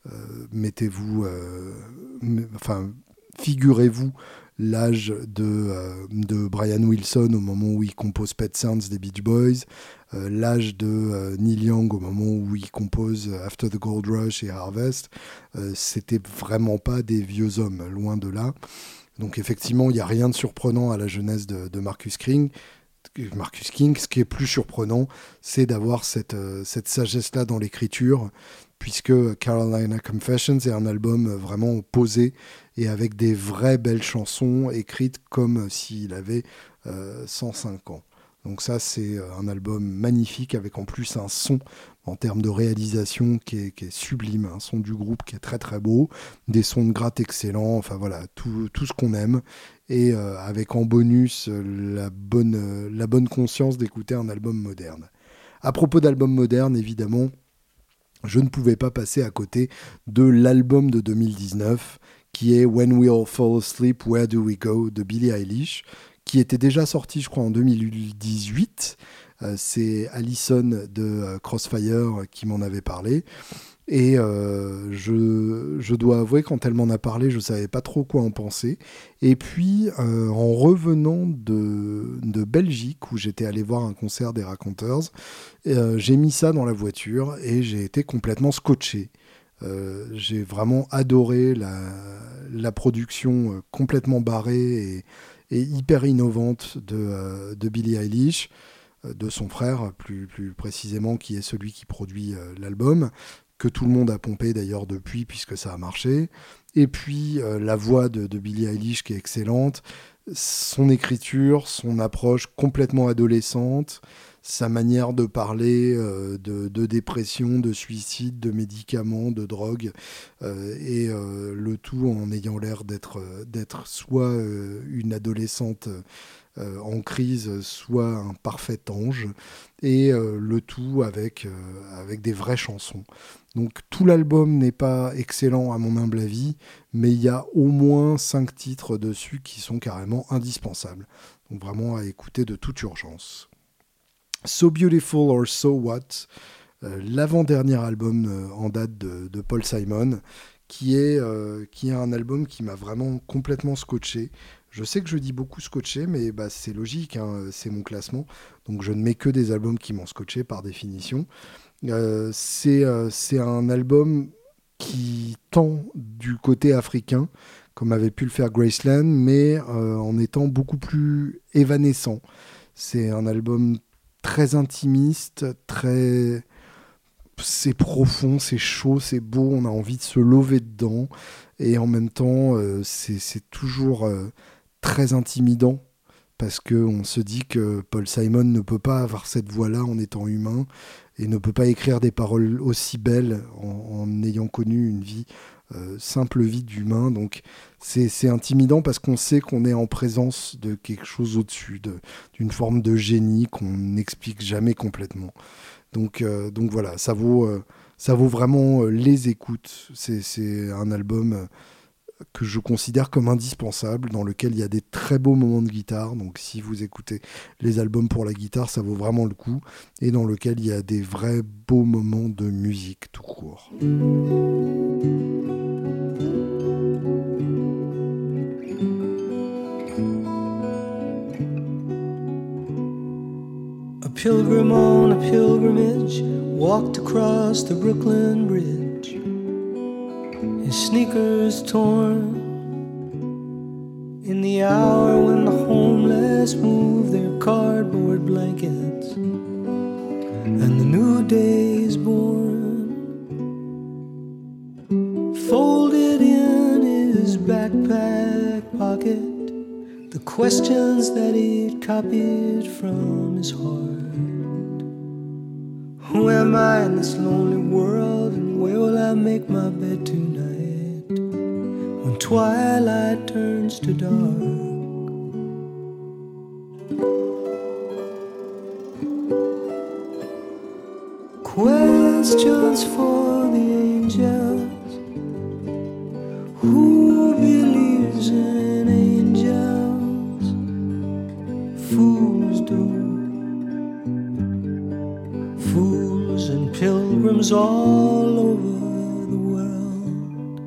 Figurez-vous l'âge de Brian Wilson au moment où il compose Pet Sounds des Beach Boys, l'âge de Neil Young au moment où il compose After the Gold Rush et Harvest. C'était vraiment pas des vieux hommes, loin de là. Donc effectivement, il n'y a rien de surprenant à la jeunesse de Marcus King. Ce qui est plus surprenant, c'est d'avoir cette sagesse-là dans l'écriture, puisque Carolina Confessions est un album vraiment posé et avec des vraies belles chansons écrites comme s'il avait 105 ans. Donc ça, c'est un album magnifique avec en plus un son en termes de réalisation qui est sublime, un son du groupe qui est très très beau, des sons de gratte excellents, enfin voilà, tout ce qu'on aime. Et avec en bonus la bonne conscience d'écouter un album moderne. À propos d'album moderne, évidemment, je ne pouvais pas passer à côté de l'album de 2019 qui est When We All Fall Asleep, Where Do We Go de Billie Eilish, qui était déjà sorti, je crois, en 2018. C'est Alison de Crossfire qui m'en avait parlé. Et je dois avouer, quand elle m'en a parlé, je ne savais pas trop quoi en penser. Et puis, en revenant de Belgique, où j'étais allé voir un concert des Raconteurs, j'ai mis ça dans la voiture et j'ai été complètement scotché. J'ai vraiment adoré la production complètement barrée et hyper innovante de Billie Eilish, de son frère, plus précisément, qui est celui qui produit l'album, que tout le monde a pompé d'ailleurs depuis, puisque ça a marché. Et puis la voix de Billie Eilish qui est excellente, son écriture, son approche complètement adolescente, sa manière de parler de dépression, de suicide, de médicaments, de drogue, et le tout en ayant l'air d'être soit une adolescente en crise soit un parfait ange, et le tout avec des vraies chansons. Donc tout l'album n'est pas excellent à mon humble avis, mais il y a au moins 5 titres dessus qui sont carrément indispensables. Donc vraiment à écouter de toute urgence. So Beautiful or So What, l'avant-dernier album en date de Paul Simon, qui est un album qui m'a vraiment complètement scotché. Je sais que je dis beaucoup scotché, mais c'est logique, hein, c'est mon classement, donc je ne mets que des albums qui m'ont scotché par définition. C'est un album qui tend du côté africain, comme avait pu le faire Graceland, mais en étant beaucoup plus évanescent. C'est un album très intimiste, c'est profond, c'est chaud, c'est beau, on a envie de se lever dedans, et en même temps, c'est toujours très intimidant, parce qu'on se dit que Paul Simon ne peut pas avoir cette voix-là en étant humain, et ne peut pas écrire des paroles aussi belles en ayant connu une vie, simple vie d'humain. Donc c'est intimidant parce qu'on sait qu'on est en présence de quelque chose au-dessus, d'une forme de génie qu'on n'explique jamais complètement. Donc voilà, ça vaut vraiment les écoutes. C'est un album que je considère comme indispensable, dans lequel il y a des très beaux moments de guitare. Donc si vous écoutez les albums pour la guitare, ça vaut vraiment le coup. Et dans lequel il y a des vrais beaux moments de musique tout court. A pilgrim on a pilgrimage walked across the Brooklyn Bridge, his sneakers torn in the hour when the homeless move their cardboard blankets and the new day is born. Folded in his backpack pocket, the questions that he'd copied from his heart. Who am I in this lonely world, and where will I make my bed tonight when twilight turns to dark? Questions for the angels. Who believes in angels? Fools do. Fools and pilgrims all over the world.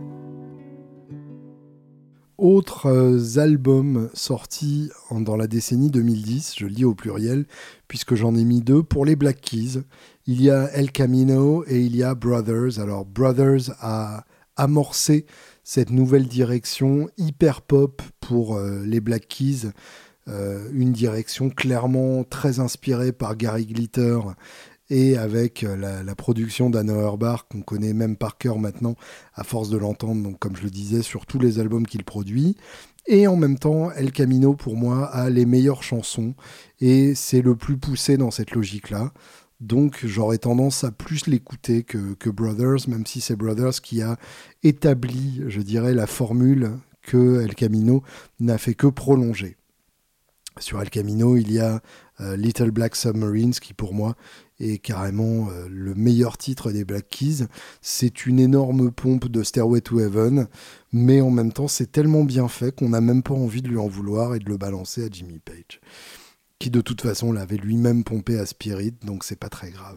Autres albums sortis dans la décennie 2010, je lis au pluriel, puisque j'en ai mis 2 pour les Black Keys. Il y a El Camino et il y a Brothers. Alors Brothers a amorcé cette nouvelle direction hyper pop pour les Black Keys, une direction clairement très inspirée par Gary Glitter et avec la production d'Anna Auerbach qu'on connaît même par cœur maintenant à force de l'entendre, donc comme je le disais, sur tous les albums qu'il produit. Et en même temps, El Camino pour moi a les meilleures chansons et c'est le plus poussé dans cette logique-là. Donc j'aurais tendance à plus l'écouter que Brothers, même si c'est Brothers qui a établi, je dirais, la formule que El Camino n'a fait que prolonger. Sur El Camino, il y a Little Black Submarines qui pour moi est carrément le meilleur titre des Black Keys. C'est une énorme pompe de Stairway to Heaven, mais en même temps c'est tellement bien fait qu'on n'a même pas envie de lui en vouloir et de le balancer à Jimmy Page, qui de toute façon l'avait lui-même pompé à Spirit, donc c'est pas très grave.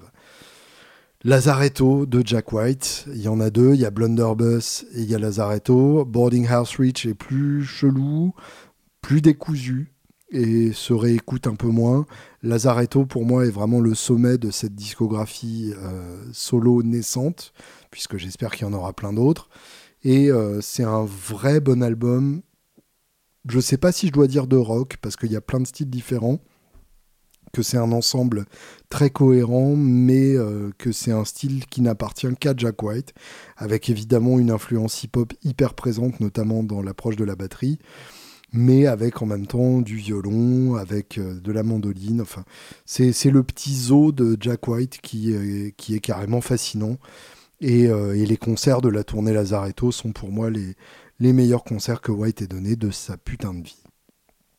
Lazaretto de Jack White, il y en a 2, il y a Blunderbuss et il y a Lazaretto. Boarding House Reach est plus chelou, plus décousu et se réécoute un peu moins. Lazaretto pour moi est vraiment le sommet de cette discographie solo naissante, puisque j'espère qu'il y en aura plein d'autres. Et c'est un vrai bon album. Je sais pas si je dois dire de rock, parce qu'il y a plein de styles différents, que c'est un ensemble très cohérent, mais que c'est un style qui n'appartient qu'à Jack White, avec évidemment une influence hip-hop hyper présente, notamment dans l'approche de la batterie, mais avec en même temps du violon, avec de la mandoline. Enfin, c'est le petit zoo de Jack White qui est carrément fascinant. Et les concerts de la tournée Lazaretto sont pour moi les meilleurs concerts que White ait donnés de sa putain de vie.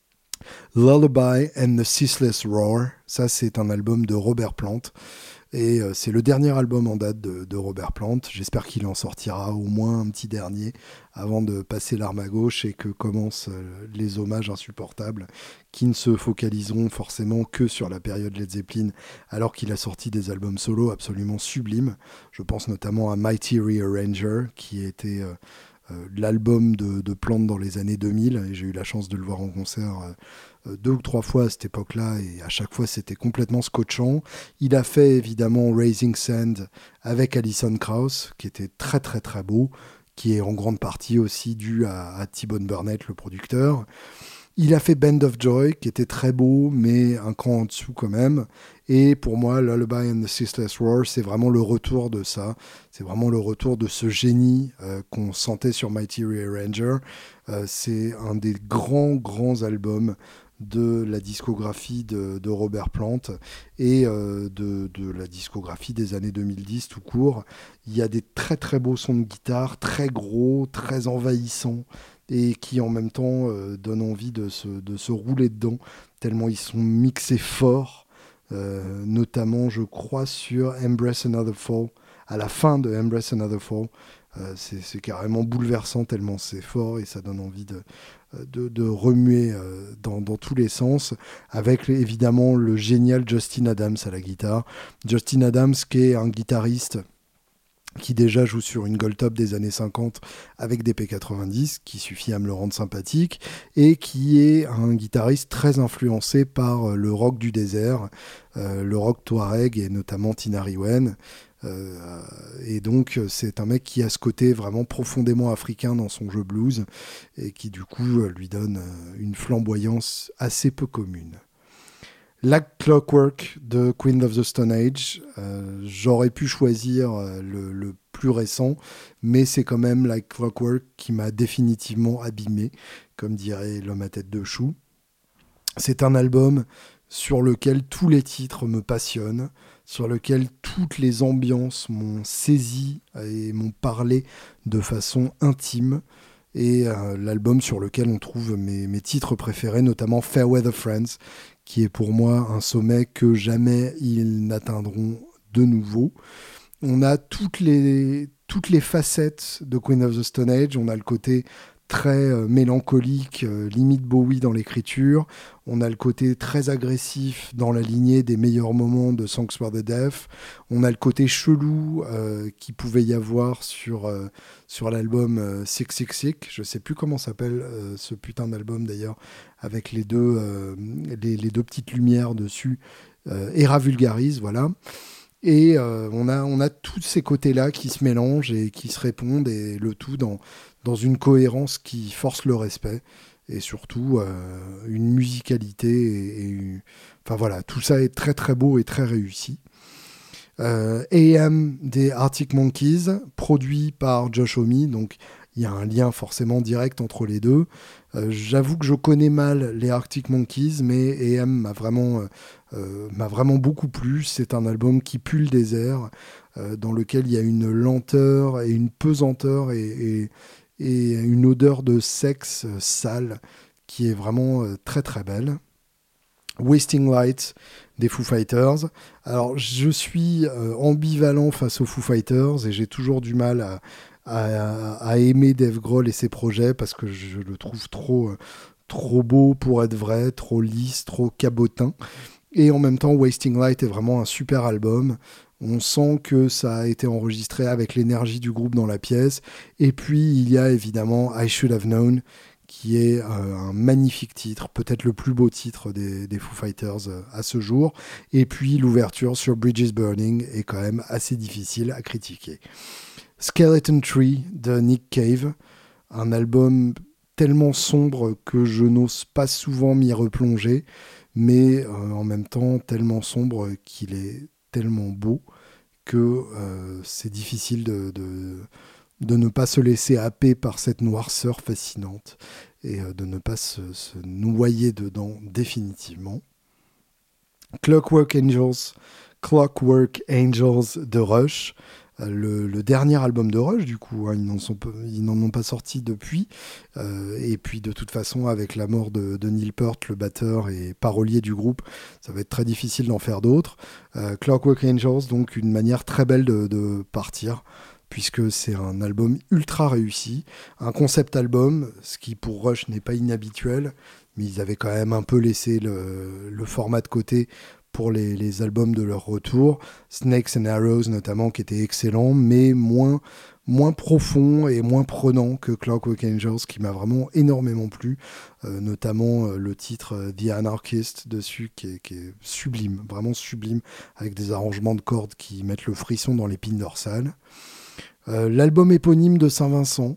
Lullaby and the Ceaseless Roar, ça c'est un album de Robert Plant. Et c'est le dernier album en date de Robert Plant. J'espère qu'il en sortira au moins un petit dernier avant de passer l'arme à gauche et que commencent les hommages insupportables qui ne se focaliseront forcément que sur la période Led Zeppelin alors qu'il a sorti des albums solo absolument sublimes. Je pense notamment à Mighty Rearranger qui était l'album de Plant dans les années 2000 et j'ai eu la chance de le voir en concert 2 ou 3 fois à cette époque-là et à chaque fois c'était complètement scotchant. Il a fait évidemment Raising Sand avec Alison Krauss qui était très très très beau, qui est en grande partie aussi dû à T-Bone Burnett le producteur. Il a fait Band of Joy qui était très beau mais un cran en dessous quand même. Et pour moi, Lullaby and the Ceaseless Roar, c'est vraiment le retour de ça. C'est vraiment le retour de ce génie qu'on sentait sur Mighty Rearranger. C'est un des grands albums de la discographie de Robert Plant et de la discographie des années 2010 tout court. Il y a des très très beaux sons de guitare, très gros, très envahissants et qui en même temps donnent envie de se rouler dedans tellement ils sont mixés fort, notamment je crois sur Embrace Another Fall, à la fin de Embrace Another Fall. C'est carrément bouleversant tellement c'est fort et ça donne envie de remuer dans tous les sens, avec évidemment le génial Justin Adams à la guitare. Justin Adams qui est un guitariste qui déjà joue sur une Gold Top des années 50 avec des P90, qui suffit à me le rendre sympathique, et qui est un guitariste très influencé par le rock du désert, le rock touareg et notamment Tinari Wen. Et donc c'est un mec qui a ce côté vraiment profondément africain dans son jeu blues et qui du coup lui donne une flamboyance assez peu commune. Like Clockwork de Queen of the Stone Age, j'aurais pu choisir le plus récent, mais c'est quand même Like Clockwork qui m'a définitivement abîmé, comme dirait l'homme à tête de chou. C'est un album sur lequel tous les titres me passionnent, sur lequel toutes les ambiances m'ont saisi et m'ont parlé de façon intime. Et l'album sur lequel on trouve mes titres préférés, notamment Fair Weather Friends, qui est pour moi un sommet que jamais ils n'atteindront de nouveau. On a toutes les facettes de Queen of the Stone Age. On a le côté très mélancolique, limite Bowie dans l'écriture. On a le côté très agressif dans la lignée des meilleurs moments de Songs for the Deaf. On a le côté chelou qui pouvait y avoir sur l'album 666. Je sais plus comment s'appelle ce putain d'album d'ailleurs, avec les deux petites lumières dessus. Era Vulgaris, voilà. Et on a tous ces côtés-là qui se mélangent et qui se répondent, et le tout dans une cohérence qui force le respect, et surtout une musicalité. Enfin voilà, tout ça est très très beau et très réussi. AM des Arctic Monkeys, produit par Josh Homme, donc il y a un lien forcément direct entre les deux. J'avoue que je connais mal les Arctic Monkeys, mais AM m'a vraiment beaucoup plu. C'est un album qui pue le désert, dans lequel il y a une lenteur et une pesanteur et une odeur de sexe sale qui est vraiment très très belle. Wasting Light des Foo Fighters. Alors je suis ambivalent face aux Foo Fighters et j'ai toujours du mal à aimer Dave Grohl et ses projets parce que je le trouve trop beau pour être vrai, trop lisse, trop cabotin. Et en même temps, Wasting Light est vraiment un super album. On sent que ça a été enregistré avec l'énergie du groupe dans la pièce. Et puis, il y a évidemment I Should Have Known, qui est un magnifique titre, peut-être le plus beau titre des Foo Fighters à ce jour. Et puis, l'ouverture sur Bridges Burning est quand même assez difficile à critiquer. Skeleton Tree de Nick Cave, un album tellement sombre que je n'ose pas souvent m'y replonger, mais en même temps tellement sombre qu'il est tellement beau que c'est difficile de ne pas se laisser happer par cette noirceur fascinante et de ne pas se noyer dedans définitivement. Clockwork Angels de Rush, le dernier album de Rush, du coup, hein, ils n'en ont pas sorti depuis. Et puis, de toute façon, avec la mort de Neil Peart, le batteur et parolier du groupe, ça va être très difficile d'en faire d'autres. Clockwork Angels, donc une manière très belle de partir, puisque c'est un album ultra réussi, un concept album, ce qui pour Rush n'est pas inhabituel, mais ils avaient quand même un peu laissé le format de côté pour les albums de leur retour. Snakes and Arrows notamment, qui était excellent, mais moins profond et moins prenant que Clockwork Angels, qui m'a vraiment énormément plu, notamment le titre The Anarchist dessus, qui est sublime, vraiment sublime, avec des arrangements de cordes qui mettent le frisson dans l'épine dorsale. L'album éponyme de Saint-Vincent,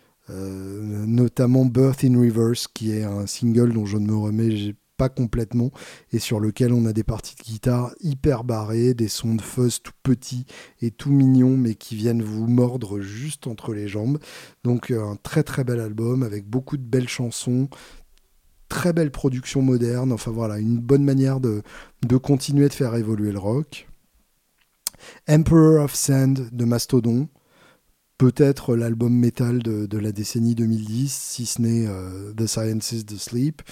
notamment Birth in Reverse, qui est un single dont je ne me remets pas complètement et sur lequel on a des parties de guitare hyper barrées, des sons de fuzz tout petits et tout mignons, mais qui viennent vous mordre juste entre les jambes. Donc un très très bel album avec beaucoup de belles chansons, très belle production moderne, enfin voilà, une bonne manière de continuer de faire évoluer le rock. Emperor of Sand de Mastodon, peut-être l'album métal de la décennie 2010, si ce n'est The Sciences de Sleep.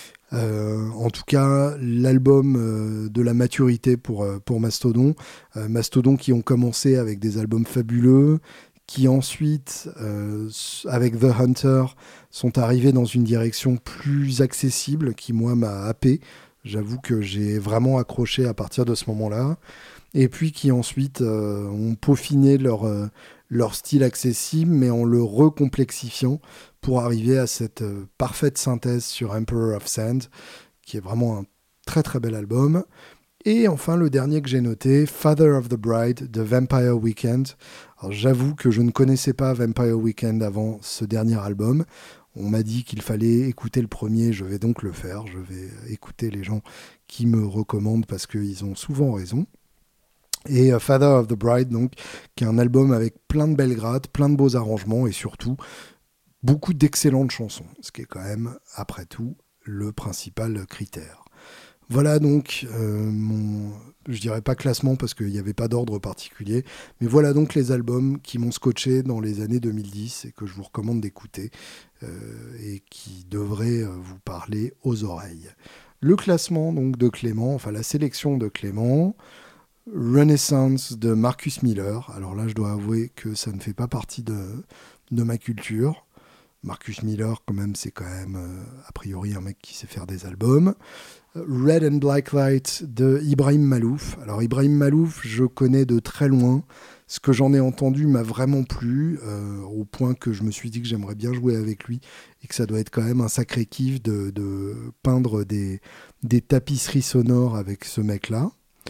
En tout cas, l'album de la maturité pour Mastodon. Mastodon qui ont commencé avec des albums fabuleux, qui ensuite, avec The Hunter, sont arrivés dans une direction plus accessible, qui moi m'a happé. J'avoue que j'ai vraiment accroché à partir de ce moment-là. Et puis qui ensuite ont peaufiné leur style accessible, mais en le recomplexifiant pour arriver à cette parfaite synthèse sur Emperor of Sand, qui est vraiment un très très bel album. Et enfin, le dernier que j'ai noté, Father of the Bride de Vampire Weekend. Alors, j'avoue que je ne connaissais pas Vampire Weekend avant ce dernier album. On m'a dit qu'il fallait écouter le premier, je vais donc le faire. Je vais écouter les gens qui me recommandent parce qu'ils ont souvent raison. Et Father of the Bride, donc, qui est un album avec plein de belles grattes, plein de beaux arrangements et surtout beaucoup d'excellentes chansons, ce qui est quand même, après tout, le principal critère. Voilà donc mon, je dirais pas classement parce qu'il n'y avait pas d'ordre particulier, mais voilà donc les albums qui m'ont scotché dans les années 2010 et que je vous recommande d'écouter et qui devraient vous parler aux oreilles. Le classement donc de Clément, enfin la sélection de Clément. Renaissance de Marcus Miller. Alors là, je dois avouer que ça ne fait pas partie de ma culture. Marcus Miller, quand même, c'est quand même a priori un mec qui sait faire des albums. Red and Black Light de Ibrahim Malouf. Alors Ibrahim Malouf, je connais de très loin. Ce que j'en ai entendu m'a vraiment plu, au point que je me suis dit que j'aimerais bien jouer avec lui et que ça doit être quand même un sacré kiff de peindre des tapisseries sonores avec ce mec-là.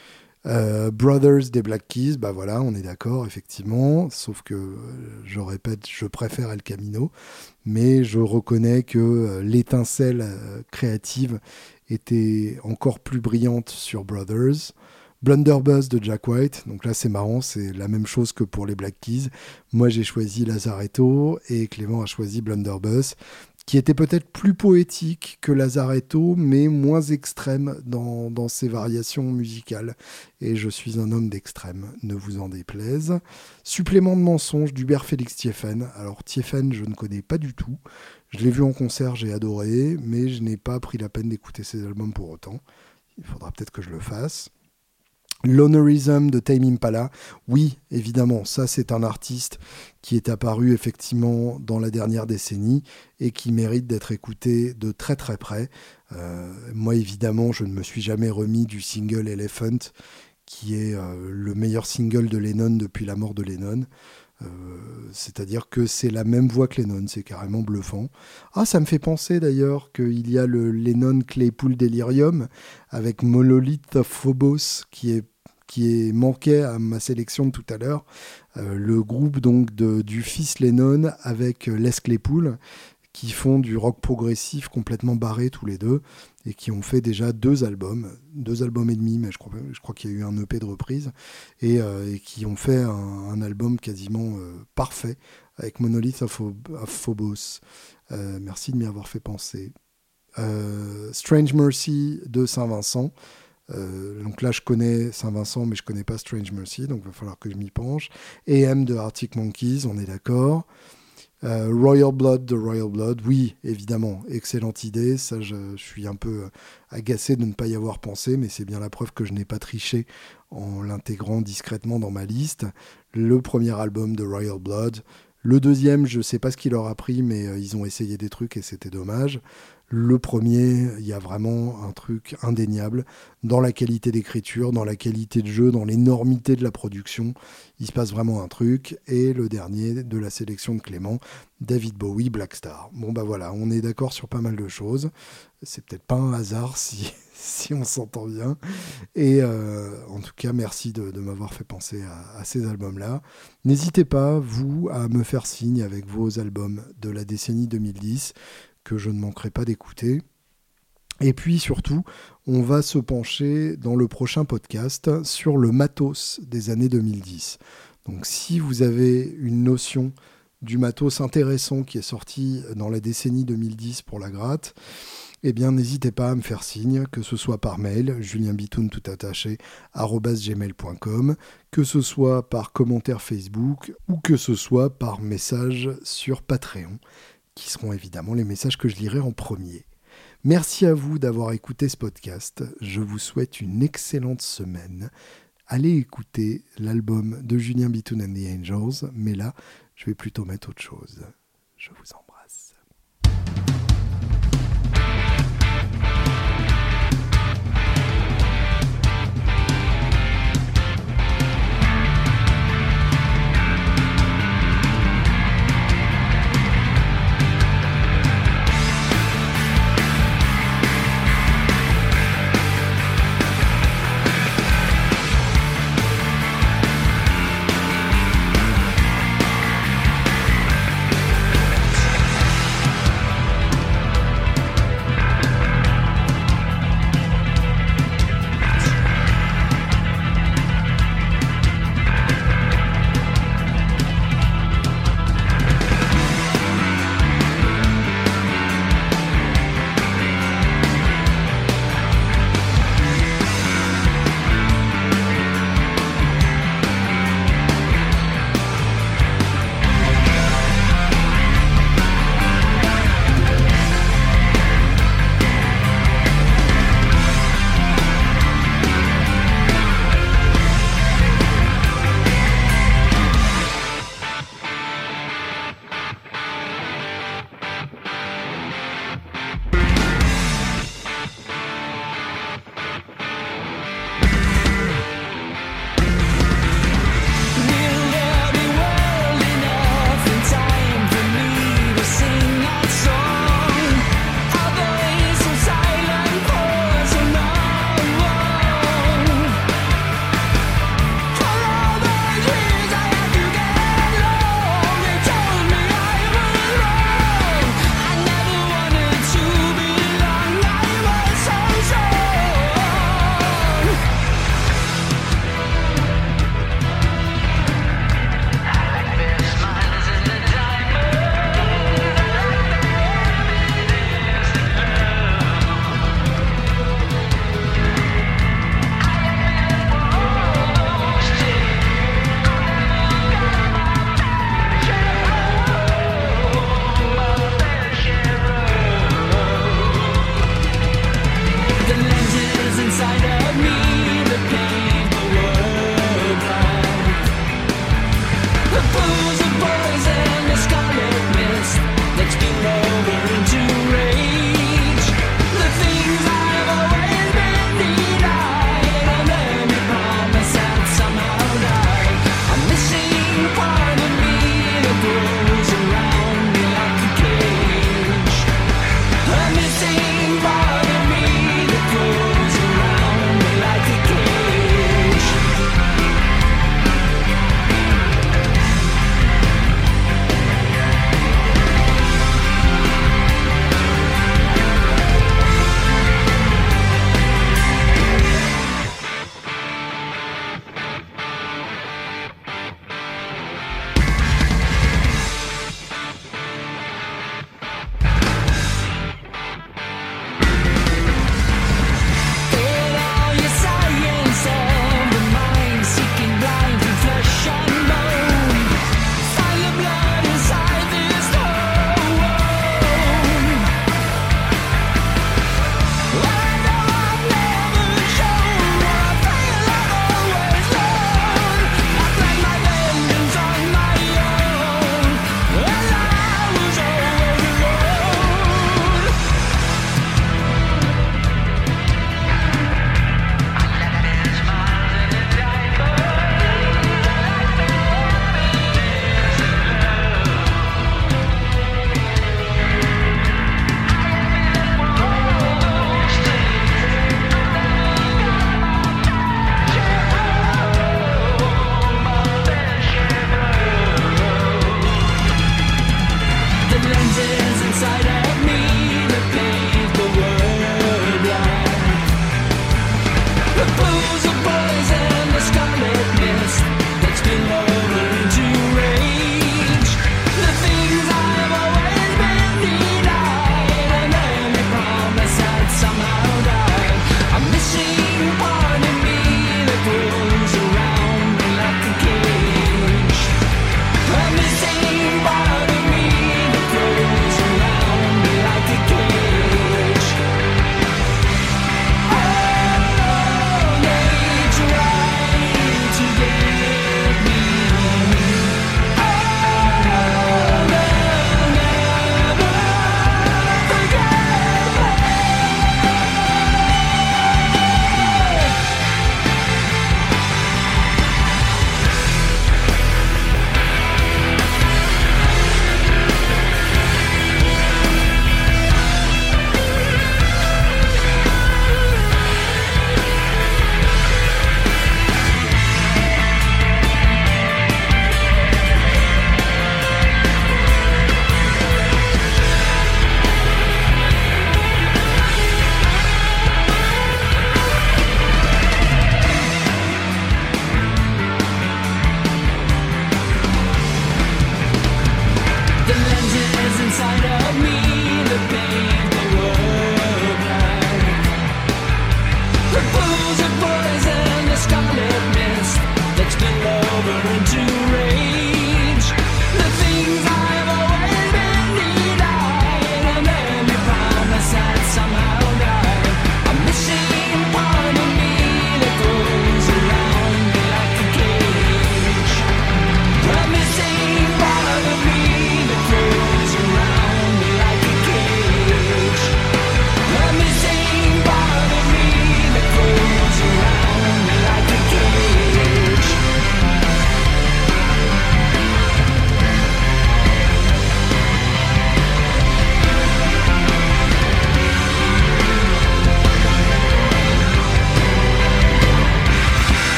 Brothers des Black Keys, bah voilà, on est d'accord, effectivement, sauf que, je répète, je préfère El Camino, mais je reconnais que l'étincelle créative était encore plus brillante sur Brothers. Blunderbuss de Jack White, donc là c'est marrant, c'est la même chose que pour les Black Keys. Moi j'ai choisi Lazaretto et Clément a choisi Blunderbuss, qui était peut-être plus poétique que Lazaretto, mais moins extrême dans ses variations musicales. Et je suis un homme d'extrême, ne vous en déplaise. Supplément de mensonge d'Hubert Félix Thieffen. Alors Thieffen, je ne connais pas du tout. Je l'ai vu en concert, j'ai adoré, mais je n'ai pas pris la peine d'écouter ses albums pour autant. Il faudra peut-être que je le fasse. Lonerism de Tame Impala, oui, évidemment, ça c'est un artiste qui est apparu effectivement dans la dernière décennie et qui mérite d'être écouté de très très près. Moi évidemment, je ne me suis jamais remis du single Elephant, qui est le meilleur single de Lennon depuis la mort de Lennon. C'est-à-dire que c'est la même voix que Lennon, c'est carrément bluffant. Ah, ça me fait penser d'ailleurs qu'il y a le Lennon Claypool Delirium avec Monolith of Phobos qui est manqué à ma sélection de tout à l'heure. Le groupe donc du fils Lennon avec Les Claypool qui font du rock progressif complètement barré tous les deux et qui ont fait déjà 2 albums et demi, mais je crois qu'il y a eu un EP de reprise et qui ont fait un album quasiment parfait avec Monolith of Phobos. Merci de m'y avoir fait penser. Strange Mercy de Saint-Vincent. Donc là, je connais Saint-Vincent, mais je connais pas Strange Mercy, donc il va falloir que je m'y penche. AM de Arctic Monkeys, on est d'accord. Royal Blood de Royal Blood, oui, évidemment, excellente idée. Ça, je suis un peu agacé de ne pas y avoir pensé, mais c'est bien la preuve que je n'ai pas triché en l'intégrant discrètement dans ma liste. Le premier album de Royal Blood. Le deuxième, je ne sais pas ce qu'il leur a pris, mais ils ont essayé des trucs et c'était dommage. Le premier, il y a vraiment un truc indéniable dans la qualité d'écriture, dans la qualité de jeu, dans l'énormité de la production. Il se passe vraiment un truc. Et le dernier de la sélection de Clément, David Bowie, Black Star. Bon bah voilà, on est d'accord sur pas mal de choses. C'est peut-être pas un hasard si on s'entend bien. Et en tout cas, merci de m'avoir fait penser à ces albums-là. N'hésitez pas, vous, à me faire signe avec vos albums de la décennie 2010 que je ne manquerai pas d'écouter. Et puis surtout, on va se pencher dans le prochain podcast sur le matos des années 2010. Donc si vous avez une notion du matos intéressant qui est sorti dans la décennie 2010 pour la gratte, eh bien n'hésitez pas à me faire signe, que ce soit par mail, julienbitoun@gmail.com, que ce soit par commentaire Facebook ou que ce soit par message sur Patreon, qui seront évidemment les messages que je lirai en premier. Merci à vous d'avoir écouté ce podcast. Je vous souhaite une excellente semaine. Allez écouter l'album de Julien Bitoun and the Angels, mais là, je vais plutôt mettre autre chose. Je vous en prie.